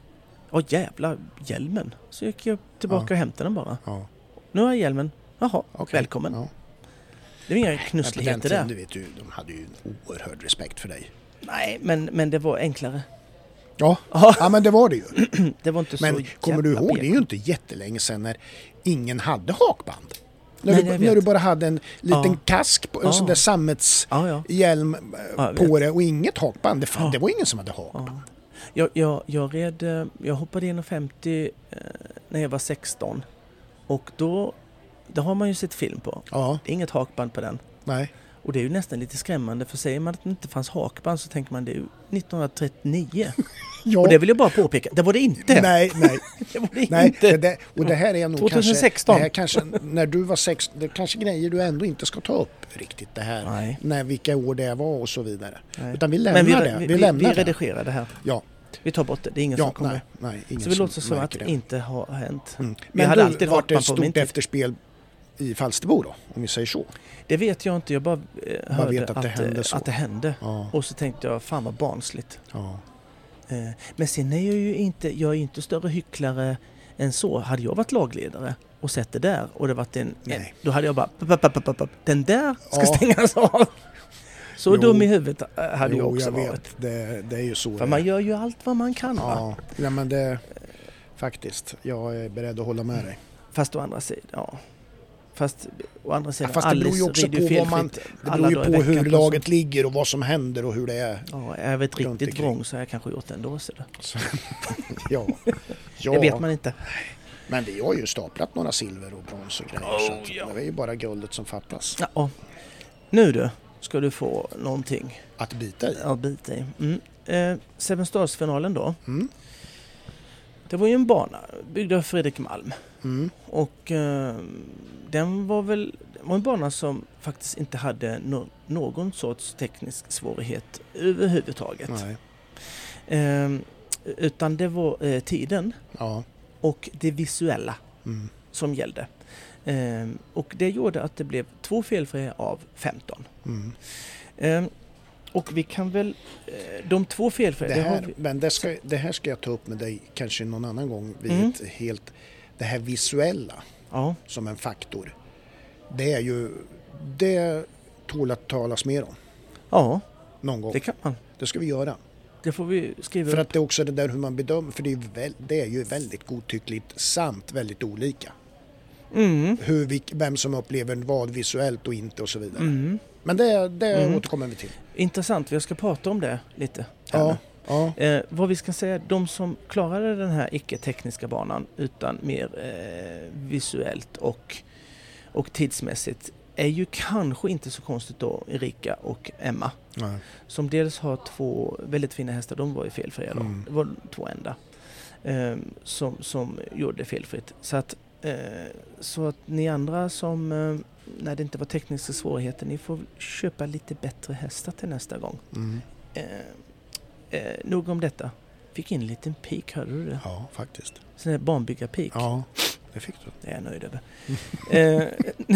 Åh, jävla hjälmen. Så gick jag tillbaka ja. och hämtade den bara. Ja. Nu har jag hjälmen. Jaha, okay. välkommen. Ja. Det var inga knussligheter där. Du vet, du, de hade ju en oerhörd respekt för dig. Nej, men, men det var enklare. Ja, ja men det var det ju. Det var inte men så kommer du ihåg, pek. det är ju inte jättelänge sedan när ingen hade hakband. När, Nej, du, när du bara hade en liten ja. kask, på, en ja. sån där sammetshjälm ja, ja. ja, på det och inget hakband. Det, fan, ja. det var ingen som hade hakband. Ja. Jag, jag, jag, red, jag hoppade in femtio eh, när jag var sexton. Och då, då har man ju sett film på. Ja. Det är inget hakband på den. Nej. Och det är ju nästan lite skrämmande, för säger man att det inte fanns hakband så tänker man det är ju nittonhundratrettionio. Ja. Och det vill jag bara påpeka, det var det inte. Nej, nej. det var det nej, inte. Det, det, och det här är nog tjugohundrasexton. Kanske, det här kanske, när du var sexton, det kanske grejer du ändå inte ska ta upp riktigt det här. Nej. När, vilka år det var och så vidare. Nej. Utan vi lämnar Men vi, det. Vi, vi, vi, lämnar vi redigerar det här. Ja. Vi tar bort det, det är ingen ja, som kommer. Nej, nej, ingen så vi låter som att det inte har hänt. Mm. Vi Men hade du, alltid varit ett på min stort tid. efterspel i Falsterbo då, om vi säger så? Det vet jag inte, jag bara eh, hörde vet att, att, det hände att det hände. Ja. Och så tänkte jag, fan vad barnsligt. Ja. Eh, men sen är jag ju inte, jag är inte större hycklare än så. Hade jag varit lagledare och sett det där och det varit en, en då hade jag bara, pop, pop, pop, pop, den där ska ja. stängas av. Så jo. dum i huvudet hade jo, jag också jag varit. Vet. Det, det är ju så. För man gör ju allt vad man kan. Ja, va? ja men det faktiskt, jag är beredd att hålla med dig. Fast å andra sidan, ja. Fast å andra sidan, ja, fast det beror ju också på vad man, det beror ju på hur laget ligger och vad som händer och hur det är. Ja, är jag ett riktigt vrång så har jag kanske gjort det ändå. Så så, ja. ja. Det vet man inte. Men vi har ju staplat några silver och brons och grejer. Oh, så att ja. Det är ju bara guldet som fattas. Ja. Nu du, ska du få någonting. Att bita i? Ja, bita i. Mm. Eh, Seven Stars-finalen då. Mm. Det var ju en bana byggd av Fredrik Malm. Mm. Och eh, den var väl var en bana som faktiskt inte hade no- någon sorts teknisk svårighet överhuvudtaget. Nej. Eh, utan det var eh, tiden ja. och det visuella mm. som gällde. Eh, och det gjorde att det blev två felfria av femton. Mm. Eh, och vi kan väl, eh, de två felfria... Det här, det, vi, men det, ska, det här ska jag ta upp med dig kanske någon annan gång. Vid mm. ett helt, det här visuella ja. som en faktor. Det är ju, det tål att talas mer om. Ja, någon gång. Det kan man. Det ska vi göra. Det får vi skriva För upp. att det är också det där hur man bedömer, för det är, väl, det är ju väldigt godtyckligt samt väldigt olika. Mm. Hur vi, vem som upplever vad visuellt och inte och så vidare. Mm. Men det, det mm. återkommer vi till. Intressant, vi ska prata om det lite. Ja, ja. Eh, vad vi ska säga, de som klarade den här icke-tekniska banan utan mer eh, visuellt och, och tidsmässigt är ju kanske inte så konstigt då Erika och Emma. Nej. Som dels har två väldigt fina hästar, de var ju felfria då. Mm. Det var två enda. Eh, som, som gjorde felfritt. Så att Eh, så att ni andra som, eh, när det inte var tekniska svårigheter, ni får köpa lite bättre hästar till nästa gång. Mm. Eh, eh, nog om detta. Fick in en liten pik, hörde du det? Ja, faktiskt. Sån här barnbyggarpik. Ja, det fick du. Det är jag nöjd över. eh,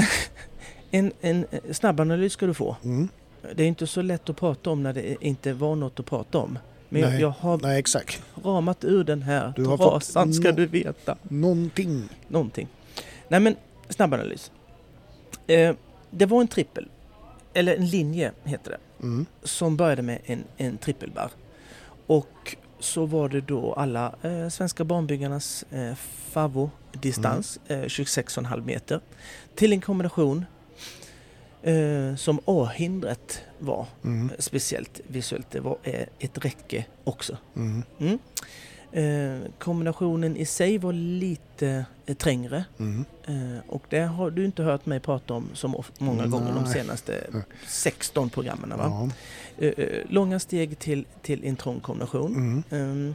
en, en snabbanalys ska du få. Mm. Det är inte så lätt att prata om när det inte var något att prata om. Men nej, jag, jag har nej, exakt. ramat ur den här du har trasan, ska no- du veta. Någonting. Någonting. Nej men, snabbanalys. Eh, det var en trippel, eller en linje heter det, mm. som började med en, en trippelbar. Och så var det då alla eh, svenska banbyggarnas eh, favvo-distans, mm. eh, tjugosex komma fem meter, till en kombination eh, som A-hindret var mm. eh, speciellt visuellt. Det var eh, ett räcke också. Mm. Mm. Eh, kombinationen i sig var lite eh, trängre mm. eh, och det har du inte hört mig prata om så of- många Nej. gånger de senaste sexton programmen. Va? Ja. Eh, eh, långa steg till, till en trång kombination mm. eh,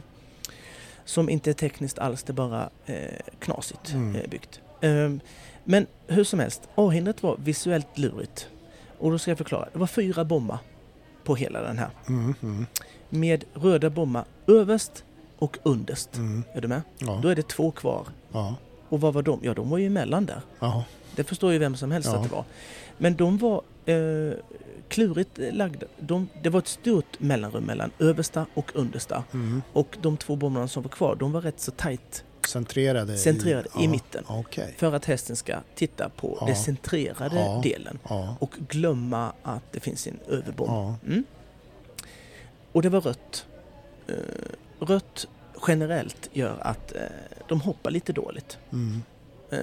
som inte är tekniskt alls, det är bara eh, knasigt mm. eh, byggt. Eh, men hur som helst, A-hindret var visuellt lurigt och då ska jag förklara. Det var fyra bommar på hela den här mm. Mm. med röda bommar överst och underst. Mm. Är du med? Ja. Då är det två kvar. Ja. Och vad var de? Ja, de var ju emellan där. Ja. Det förstår ju vem som helst ja. att det var. Men de var eh, klurigt lagda. De, det var ett stort mellanrum mellan översta och understa. Mm. Och de två bommarna som var kvar, de var rätt så tajt centrerade, centrerade i, i ja. mitten. Okay. För att hästen ska titta på ja. den centrerade ja. delen. Ja. Och glömma att det finns en överbom. Ja. Mm. Och det var rött. Uh, Rött generellt gör att eh, de hoppar lite dåligt. Mm. Eh,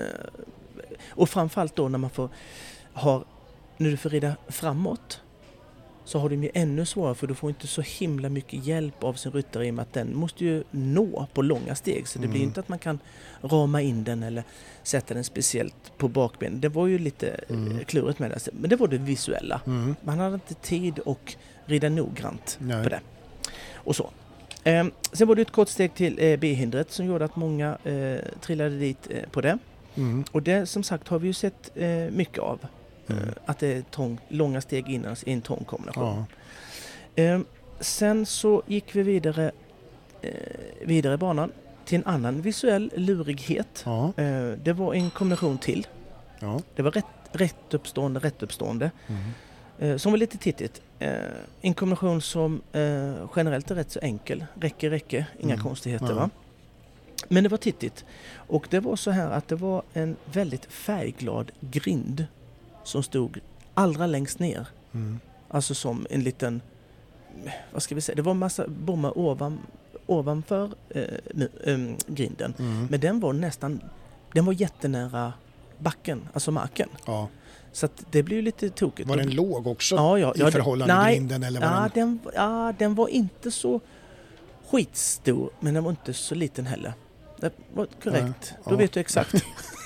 och framförallt då när man får har, när du får rida framåt så har de ju ännu svårare, för du får inte så himla mycket hjälp av sin ryttare i och med att den måste ju nå på långa steg. Så det mm. blir inte att man kan rama in den eller sätta den speciellt på bakbenen. Det var ju lite mm. klurigt med det. Men det var det visuella. Mm. Man hade inte tid att rida noggrant Nej. på det. Och så. Eh, sen var det ett kort steg till eh, B-hindret som gjorde att många eh, trillade dit eh, på det. Mm. Och det som sagt har vi ju sett eh, mycket av. Mm. Eh, att det är trång, långa steg innan i en trång kombination. Ja. Eh, sen så gick vi vidare, eh, vidare i banan till en annan visuell lurighet. Ja. Eh, det var en kombination till. Ja. Det var rätt, rätt uppstående, rätt uppstående. Mm. Som var lite tittigt. Eh, en kombination som eh, generellt är rätt så enkel. Räcke, räcke. Inga mm. konstigheter ja. va? Men det var tittigt. Och det var så här att det var en väldigt färgglad grind som stod allra längst ner. Mm. Alltså som en liten, vad ska vi säga, det var en massa bommar ovan, ovanför eh, äh, grinden. Mm. Men den var nästan, den var jättenära backen, alltså marken. Ja. Så att det blev ju lite tokigt. Var den låg också ja, ja, i ja, förhållande nej, till grinden? Eller var ja, den... Den, ja, den var inte så skitstor, men den var inte så liten heller. Det var korrekt. Ja, Då ja. vet du exakt.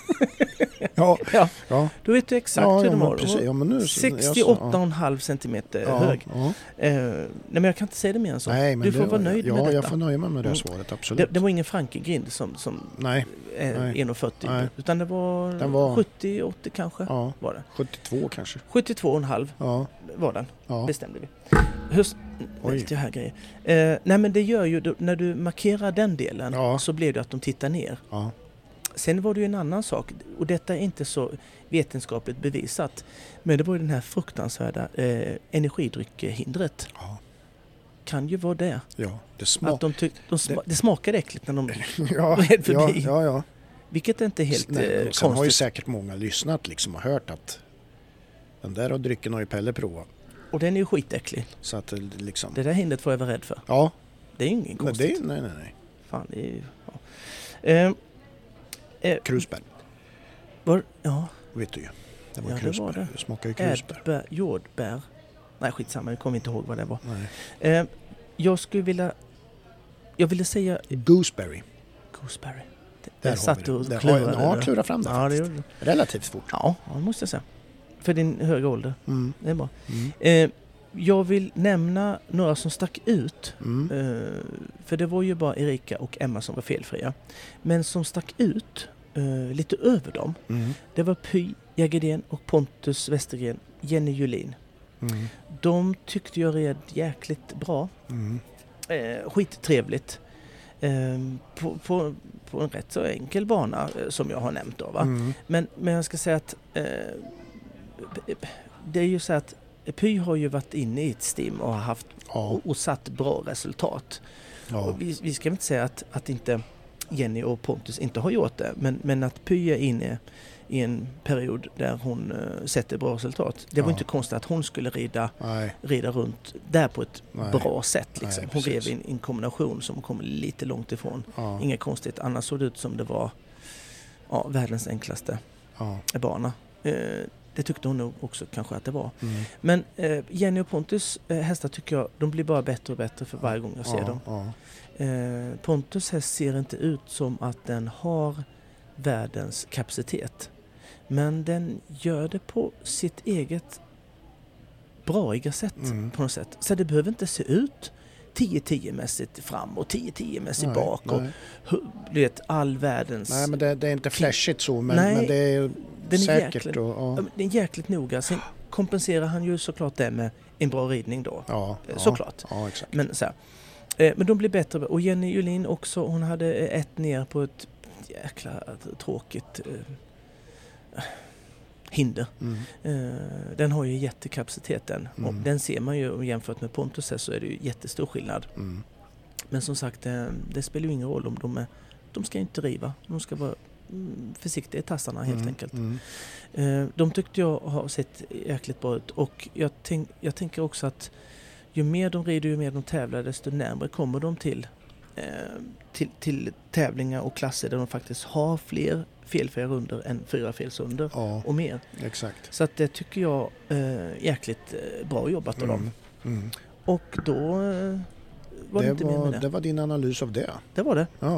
ja, ja. ja. Då vet du exakt ja, hur ja, de var. Precis. Ja, men nu, sextioåtta komma fem centimeter ja, hög. Ja. Eh, nej, men jag kan inte säga det mer än så. Nej, men du får det, vara nöjd ja, med detta. Ja, jag får nöja mig med det här svaret, absolut. Det, det var ingen Franke-grind som, som nej, är nej. en komma fyrtio. Nej. Utan det var, den var sjuttio åttio kanske. Ja, var det. sjuttiotvå kanske. sjuttiotvå komma fem ja. var den, ja. bestämde vi. Hur, det här grejer. Eh, nej men det gör ju, då, när du markerar den delen ja. så blir det att de tittar ner. Ja. Sen var det ju en annan sak, och detta är inte så vetenskapligt bevisat, men det var ju den här fruktansvärda eh, energidryckhindret. Ja. Kan ju vara det. Ja, det, smak- att de tyck- de sma- det... det smakade äckligt när de ja, red förbi. Ja, ja, ja. Vilket är inte helt Nej, eh, sen konstigt. har ju säkert många lyssnat liksom och hört att den där har drycken har ju Pelle provat. Och den är ju skitäcklig. Så att liksom... Det där hindret får jag vara rädd för. Ja. Det är ju ingen konstigt. Nej, det är, nej, nej, nej. Fan, det är ju... Ja. Eh, eh, krusbär. Var, ja. Vet du ju. Det var ja, krusbär. Det, var det. det smakar ju krusbär. Ädbär, jordbär. Nej, skitsamma. Jag kommer inte ihåg vad det var. Nej. Eh, jag skulle vilja... Jag ville säga... Gooseberry. Gooseberry. Det, där jag satt och klurade. klurade. Ja, klura fram det, ja, det gjorde relativt fort. Ja, det måste jag säga. För din höga ålder. Mm. Det är bra. Mm. Eh, jag vill nämna några som stack ut. Mm. Eh, för det var ju bara Erika och Emma som var felfria. Men som stack ut uh, lite över dem. Mm. Det var Py Jägerdén och Pontus Westergren, Jenny Julin. Mm. De tyckte jag red jäkligt bra. Mm. Eh, skittrevligt. Eh, på, på, på en rätt så enkel bana eh, som jag har nämnt då, va? Mm. Men, men jag ska säga att eh, det är ju så att Py har ju varit inne i ett stim och har haft Ja. och, och satt bra resultat. Ja. Och vi, vi ska inte säga att, att inte Jenny och Pontus inte har gjort det, men, men att Py är inne i en period där hon uh, sätter bra resultat. Det var Ja. inte konstigt att hon skulle rida, Nej. rida runt där på ett Nej. bra sätt. Liksom. Nej, Hon precis. rev en, en kombination som kom lite långt ifrån. Ja. Inget konstigt, annars såg det ut som det var ja, världens enklaste Ja. bana. Uh, det tyckte hon nog också kanske att det var. Mm. Men uh, Jenny och Pontus uh, hästar tycker jag, de blir bara bättre och bättre för varje gång jag ser Ja. dem. Ja. Uh, Pontus häst ser inte ut som att den har världens kapacitet. Men den gör det på sitt eget braiga sätt Mm. på något sätt. Så det behöver inte se ut tio tio-mässigt fram och tio tio-mässigt Nej, bak. Och nej. hu- du vet, all världens... Nej, men det, det är inte flashigt så, men, Nej, men det är ju den är säkert. jäkligt- Och, Ja, ja. men det är jäkligt noga. Sen kompenserar han ju såklart det med en bra ridning då. Ja, Eh, ja. såklart. Ja, exakt. Men så här. Eh, Men de blir bättre. Och Jenny Julin också, hon hade eh, ett ner på ett jäkla tråkigt eh, hinder. Mm. Eh, den har ju jättekapaciteten. Mm. Och den ser man ju jämfört med Pontus här, så är det ju jättestor skillnad. Mm. Men som sagt, det, det spelar ju ingen roll om de är... De ska inte riva. De ska vara mm, försiktiga i tassarna helt Mm. enkelt. Mm. Eh, de tyckte jag har sett jäkligt bra ut. Och jag, tänk, jag tänker också att ju mer de rider, ju mer de tävlar, desto närmare kommer de till, eh, till, till tävlingar och klasser där de faktiskt har fler felfria runder än fyra felsunder Ja, och mer. exakt. Så att det tycker jag är jäkligt eh, bra jobbat av dem. Mm. Mm. Och då eh, var det, Det, inte mer var, med det. det var din analys av det. Det var det. Ja.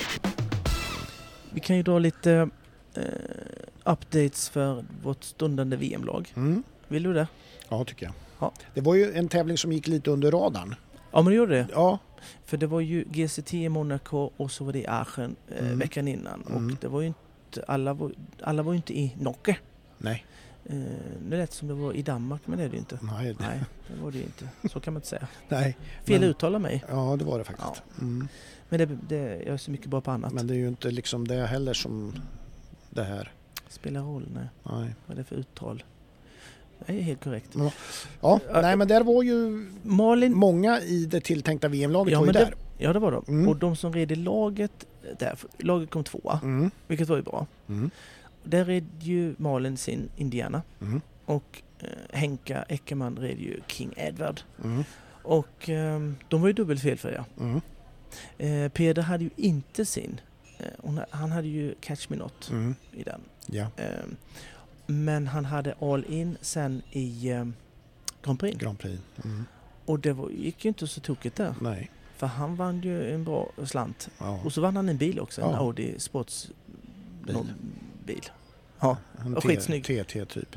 Vi kan ju dra lite eh, updates för vårt stundande V M-lag. Mm. Vill du det? Ja, tycker jag. Ja. Det var ju en tävling som gick lite under radarn. Ja, men det gjorde det. Ja, För det var ju G C T i Monaco och så var det i Aachen eh, Mm. veckan innan. Mm. Och det var ju inte, alla var, alla var ju inte i Nocke. nej. Eh, det lät som det var i Danmark, men det är det ju inte. Nej, det, Nej, det var det ju inte. Så kan man inte säga. nej. Fel Men- uttal av mig. Ja, det var det faktiskt. Mm. Men det, det, jag är så mycket bra på annat. Men det är ju inte liksom det heller som det här. Spelar roll, nej. Nej. Vad är det för uttal? Det är helt korrekt. Ja, nej men där var ju Malin... många i det tilltänkta V M-laget Ja, var ju men där. det, ja, det var de. Mm. Och de som red i laget, där, laget kom tvåa, Mm. vilket var ju bra. Mm. Där red ju Malin sin Indiana. Mm. Och eh, Henka Eckermann red ju King Edward. Mm. Och eh, de var ju dubbelt felfria. Mm. Eh, Peder hade ju inte sin. Eh, hon, han hade ju Catch Me Not Mm. i den. Ja, Eh, men han hade All In sen i eh, Grand Prix. Grand Prix. Mm. Och det var, gick ju inte så tokigt där. Nej. För han vann ju en bra slant. Ja. Och så vann han en bil också. En Ja. Audi Sports Bil. någon bil. Ja, En och T- skitsnygg. T T typ.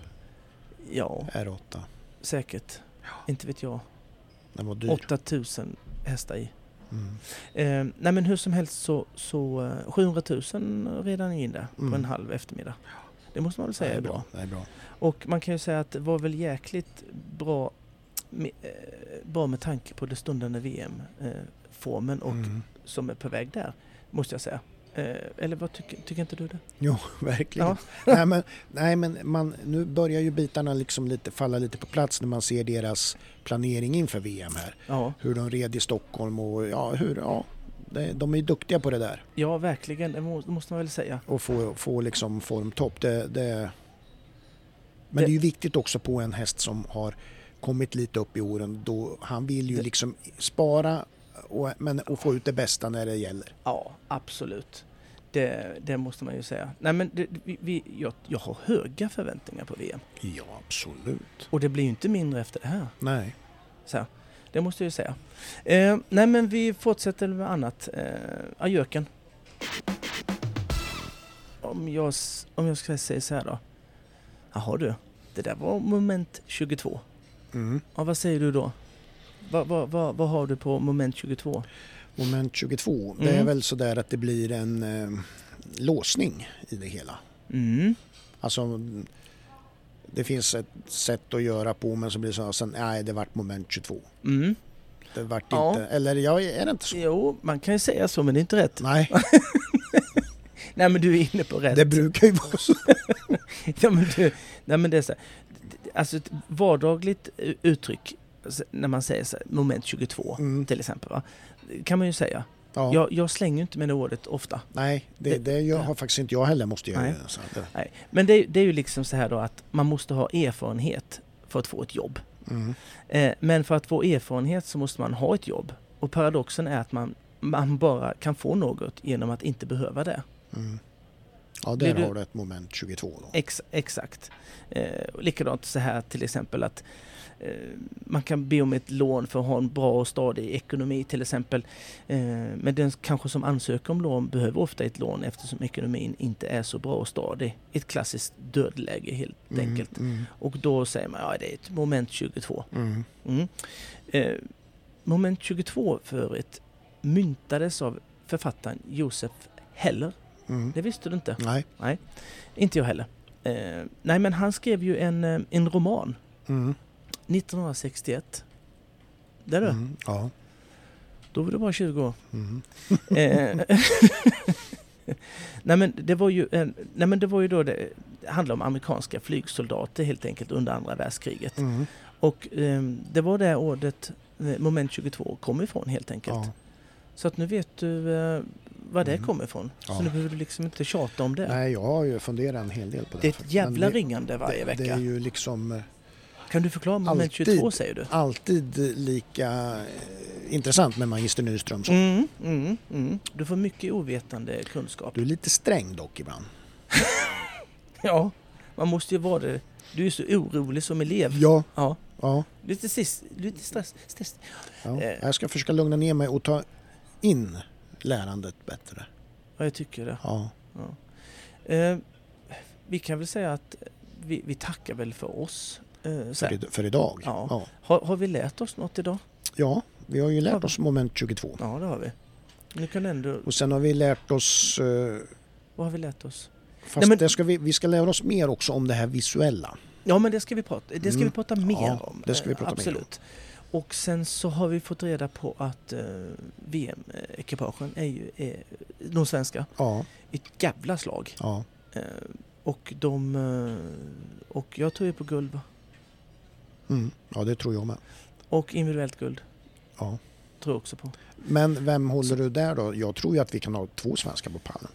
ja, R åtta. säkert. Inte vet jag. Den var dyr. åtta tusen hästar i. Mm. Eh, nej men hur som helst så, så eh, sjuhundratusen redan in där Mm. på en halv eftermiddag. Det måste man väl säga det är bra. Det är bra. Och man kan ju säga att det var väl jäkligt bra med, eh, bra med tanke på det stundande V M-formen och Mm. som är på väg där, måste jag säga. Eh, eller vad tycker, tycker inte du det? Jo, verkligen. Ja. nej, men, nej, men man, nu börjar ju bitarna liksom lite, falla lite på plats när man ser deras planering inför V M här. Ja, Hur de red i Stockholm och ja, hur, ja det, de är ju duktiga på det där. ja verkligen. Det må, det måste man väl säga. Och få, få liksom formtopp. Det, det, men Det- det är ju viktigt också på en häst som har kommit lite upp i åren. Då han vill ju Det- liksom spara och, men, och få ut det bästa när det gäller. Ja, absolut. Det, det måste man ju säga. Nej, men det, vi, vi, jag, jag har höga förväntningar på V M. Ja, absolut. Och det blir ju inte mindre efter det här. Nej. Så här, det måste jag ju säga. Eh, nej, men vi fortsätter med annat. Eh, ajöken. Om jag, s- om jag ska säga så här då. Jaha du, det där var moment tjugotvå. Mm. Ja, vad säger du då? Vad va, va, vad har du på moment tjugotvå? Moment tjugotvå, det är Mm. väl så där att det blir en, eh, låsning i det hela. Mm. Alltså det finns ett sätt att göra på, men så blir det så sen, nej, det vart moment tjugotvå. Mm. Det vart Ja. inte, eller ja, är det inte så? Jo, man kan ju säga så, men det är inte rätt. Nej, Nej, men du är inne på rätt. det brukar ju vara så. Ja, men du, nej, men det är så här, alltså ett vardagligt uttryck alltså, när man säger så här, moment tjugotvå Mm. till exempel, va? Kan man ju säga. Ja. Jag, jag slänger ju inte med det ordet ofta. Nej, det, Det- det gör, har faktiskt inte jag heller, måste jag Nej. göra. Så att det, Nej. Men det, det är ju liksom så här då att man måste ha erfarenhet för att få ett jobb. mm. Eh, men för att få erfarenhet så måste man ha ett jobb. Och paradoxen är att man, man bara kan få något genom att inte behöva det. Mm. Ja, Blir där du- har du ett moment tjugotvå då. Ex, exakt. Eh, likadant så här till exempel att eh, man kan be om ett lån för att ha en bra och stadig ekonomi till exempel. Eh, men den kanske som ansöker om lån behöver ofta ett lån eftersom ekonomin inte är så bra och stadig. Ett klassiskt dödläge helt Mm, enkelt. mm, Och då säger man ja det är ett moment tjugotvå. mm. Mm. Eh, moment tjugotvå för ett myntades av författaren Josef Heller. Mm. Det visste du inte? Nej. Nej, inte jag heller. Eh, nej, men han skrev ju en, eh, en roman Mm. nittonhundrasextioett. Där du, Mm. Ja. då var det bara tjugo år. Mm. Eh, nej, men det var ju en, nej, men det var ju då det, det handlade om amerikanska flygsoldater helt enkelt under andra världskriget. Mm. Och eh, det var det ordet eh, moment tjugotvå kom ifrån helt enkelt. Ja. Så att nu vet du eh, var det Mm. kommer ifrån. Ja. Så nu behöver du liksom inte tjata om det. Nej, jag har ju funderat en hel del på det. Det är ett jävla Men det, ringande varje det, vecka. det är ju liksom eh, Kan du förklara moment alltid- tjugotvå säger du? alltid lika eh, intressant med Magister Nyström. som- Mm, mm, mm. Du får mycket ovetande kunskap. Du är lite sträng dock ibland. Ja, man måste ju vara det. Du är så orolig som elev. Ja, Ja. ja, Lite, sis, lite stress. stress. ja. Eh. Jag ska försöka lugna ner mig och ta in lärandet bättre. Ja, jag tycker det. Ja, Eh, vi kan väl säga att vi, vi tackar väl för oss. Eh, så för, här. i, för idag. Ja. Ja. Har, har vi lärt oss något idag? ja, vi har ju lärt Ja. oss moment tjugotvå. Ja, det har vi. Nu kan ändå... Och sen har vi lärt oss, eh, Vad har vi lärt oss? fast Nej, men- det ska vi, vi ska lära oss mer också om det här visuella. Ja, men det ska vi prata, det ska Mm. vi prata mer Ja, om. det ska vi Eh, prata mer om. Absolut. Och sen så har vi fått reda på att eh, V M-ekipagen är ju är, de svenska Ja, ett jävla slag. ja. Eh, och de eh, och jag tror ju på guld va? Mm. Ja, det tror jag med. Och individuellt guld Ja. tror jag också på. Men vem håller du där då? Jag tror ju att vi kan ha två svenskar på pallen.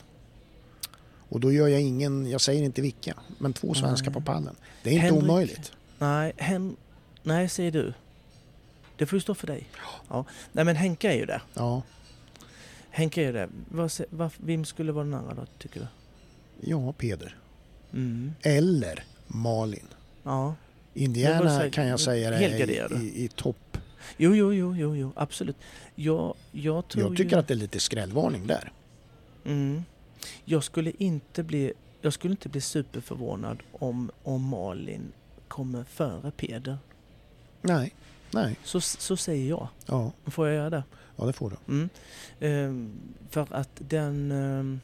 Och då gör jag ingen, jag säger inte vilka, men två svenskar Nej. på pallen. Det är inte Henrik- omöjligt. Nej, hen, nej säger du. Det får ju stå för dig. Ja. Nej men Henke är ju det. Ja, Henke är ju det. Vad, se- vad, vem skulle vara den andra då tycker du? ja, Peder. Mm. Eller Malin. Ja. Jag Indiana vill säga- kan jag säga är helgarderade. i, i, i topp. Jo, jo, jo, jo, jo, absolut. Jag, jag tror Jag tycker ju, att det är lite skrällvarning där. mm, jag skulle inte bli, jag skulle inte bli superförvånad om, om Malin kommer före Peder. Nej, nej. Så, så säger jag. Ja, Får jag göra det? ja det får du. Mm. Ehm, för att den... ehm,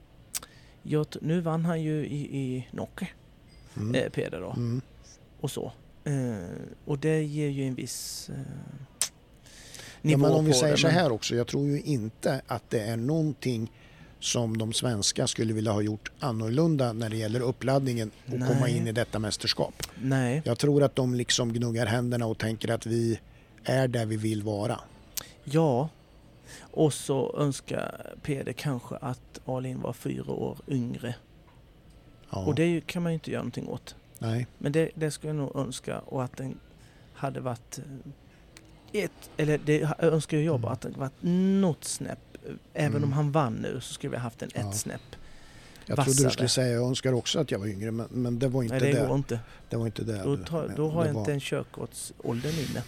jag, t- nu vann han ju i, i Nocke, Mm. eh, Peder då. Mm. Och så. Eh, och det ger ju en viss eh, Ja, nivå men om vi på säger det. så men- här också, jag tror ju inte att det är någonting som de svenska skulle vilja ha gjort annorlunda när det gäller uppladdningen och Nej. komma in i detta mästerskap. Nej. Jag tror att de liksom gnuggar händerna och tänker att vi är där vi vill vara. Ja. Och så önskar Peder kanske att Alin var fyra år yngre. Ja, Och det är ju- kan man ju inte göra någonting åt. nej. Men det, det skulle jag nog önska. Och att den hade varit eh, ett, eller det jag önskar jag bara Mm. att den varit något snäpp. Även Mm. om han vann nu så skulle vi haft en Ja. ett snäpp. Jag trodde du vassare. skulle säga jag önskar också att jag var yngre, men, men det var inte Nej, det det. går inte. Det var inte det. Då, du- tar, men då har det jag var- inte en körkortsåldern inne.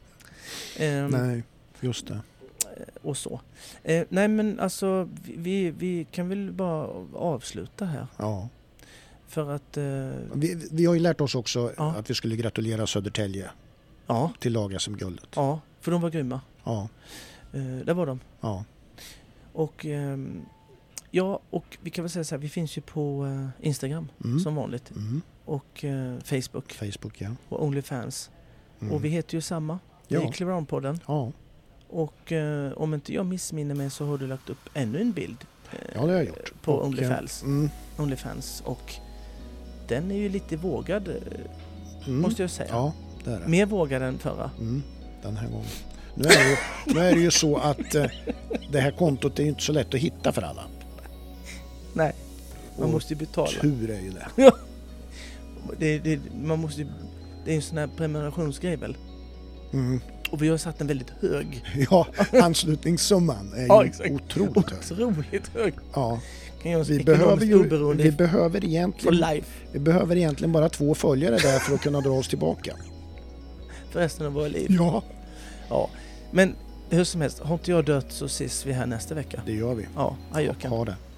Ehm, Nej, just det. och så. Eh, nej men alltså vi- vi, vi kan väl bara avsluta här. Ja. För att, eh, Vi, vi har ju lärt oss också Ja. att vi skulle gratulera Södertälje ja, till lag-S M-guldet. ja, för de var grymma. Ja, Eh, det var de. ja. Och ehm, Ja, och vi kan väl säga så här, vi finns ju på uh, Instagram Mm. som vanligt. Mm. Och uh, Facebook. Facebook, ja. Och OnlyFans. Mm. Och vi heter ju samma. Det Ja. är Clearown-podden. Ja. Och uh, om inte jag missminner mig så har du lagt upp ännu en bild. Uh, ja, det har jag gjort. På och, OnlyFans. Mm. OnlyFans. Och den är ju lite vågad, uh, Mm. måste jag säga. Ja, det är det. Mer vågad än förra. Mm. Den här gången. Nu är det ju, nu är det ju så att uh, det här kontot är ju inte så lätt att hitta för alla. Nej, man Och måste ju betala. Tur är ju det. det, det, man måste ju, det är en sån här prenumerationsgrej väl? Mm. Och vi har satt en väldigt hög. Ja, anslutningssumman är ju Ja, exakt. otroligt hög. Otroligt hög. Ja, Kan jag vi behöver ju oberoende vi behöver for egentligen life vi behöver egentligen bara två följare där för att kunna dra oss tillbaka. för resten av våra liv. Ja, Ja. Men hur som helst, har inte jag dött så ses vi här nästa vecka. det gör vi. Ja, adjöken. Ha det.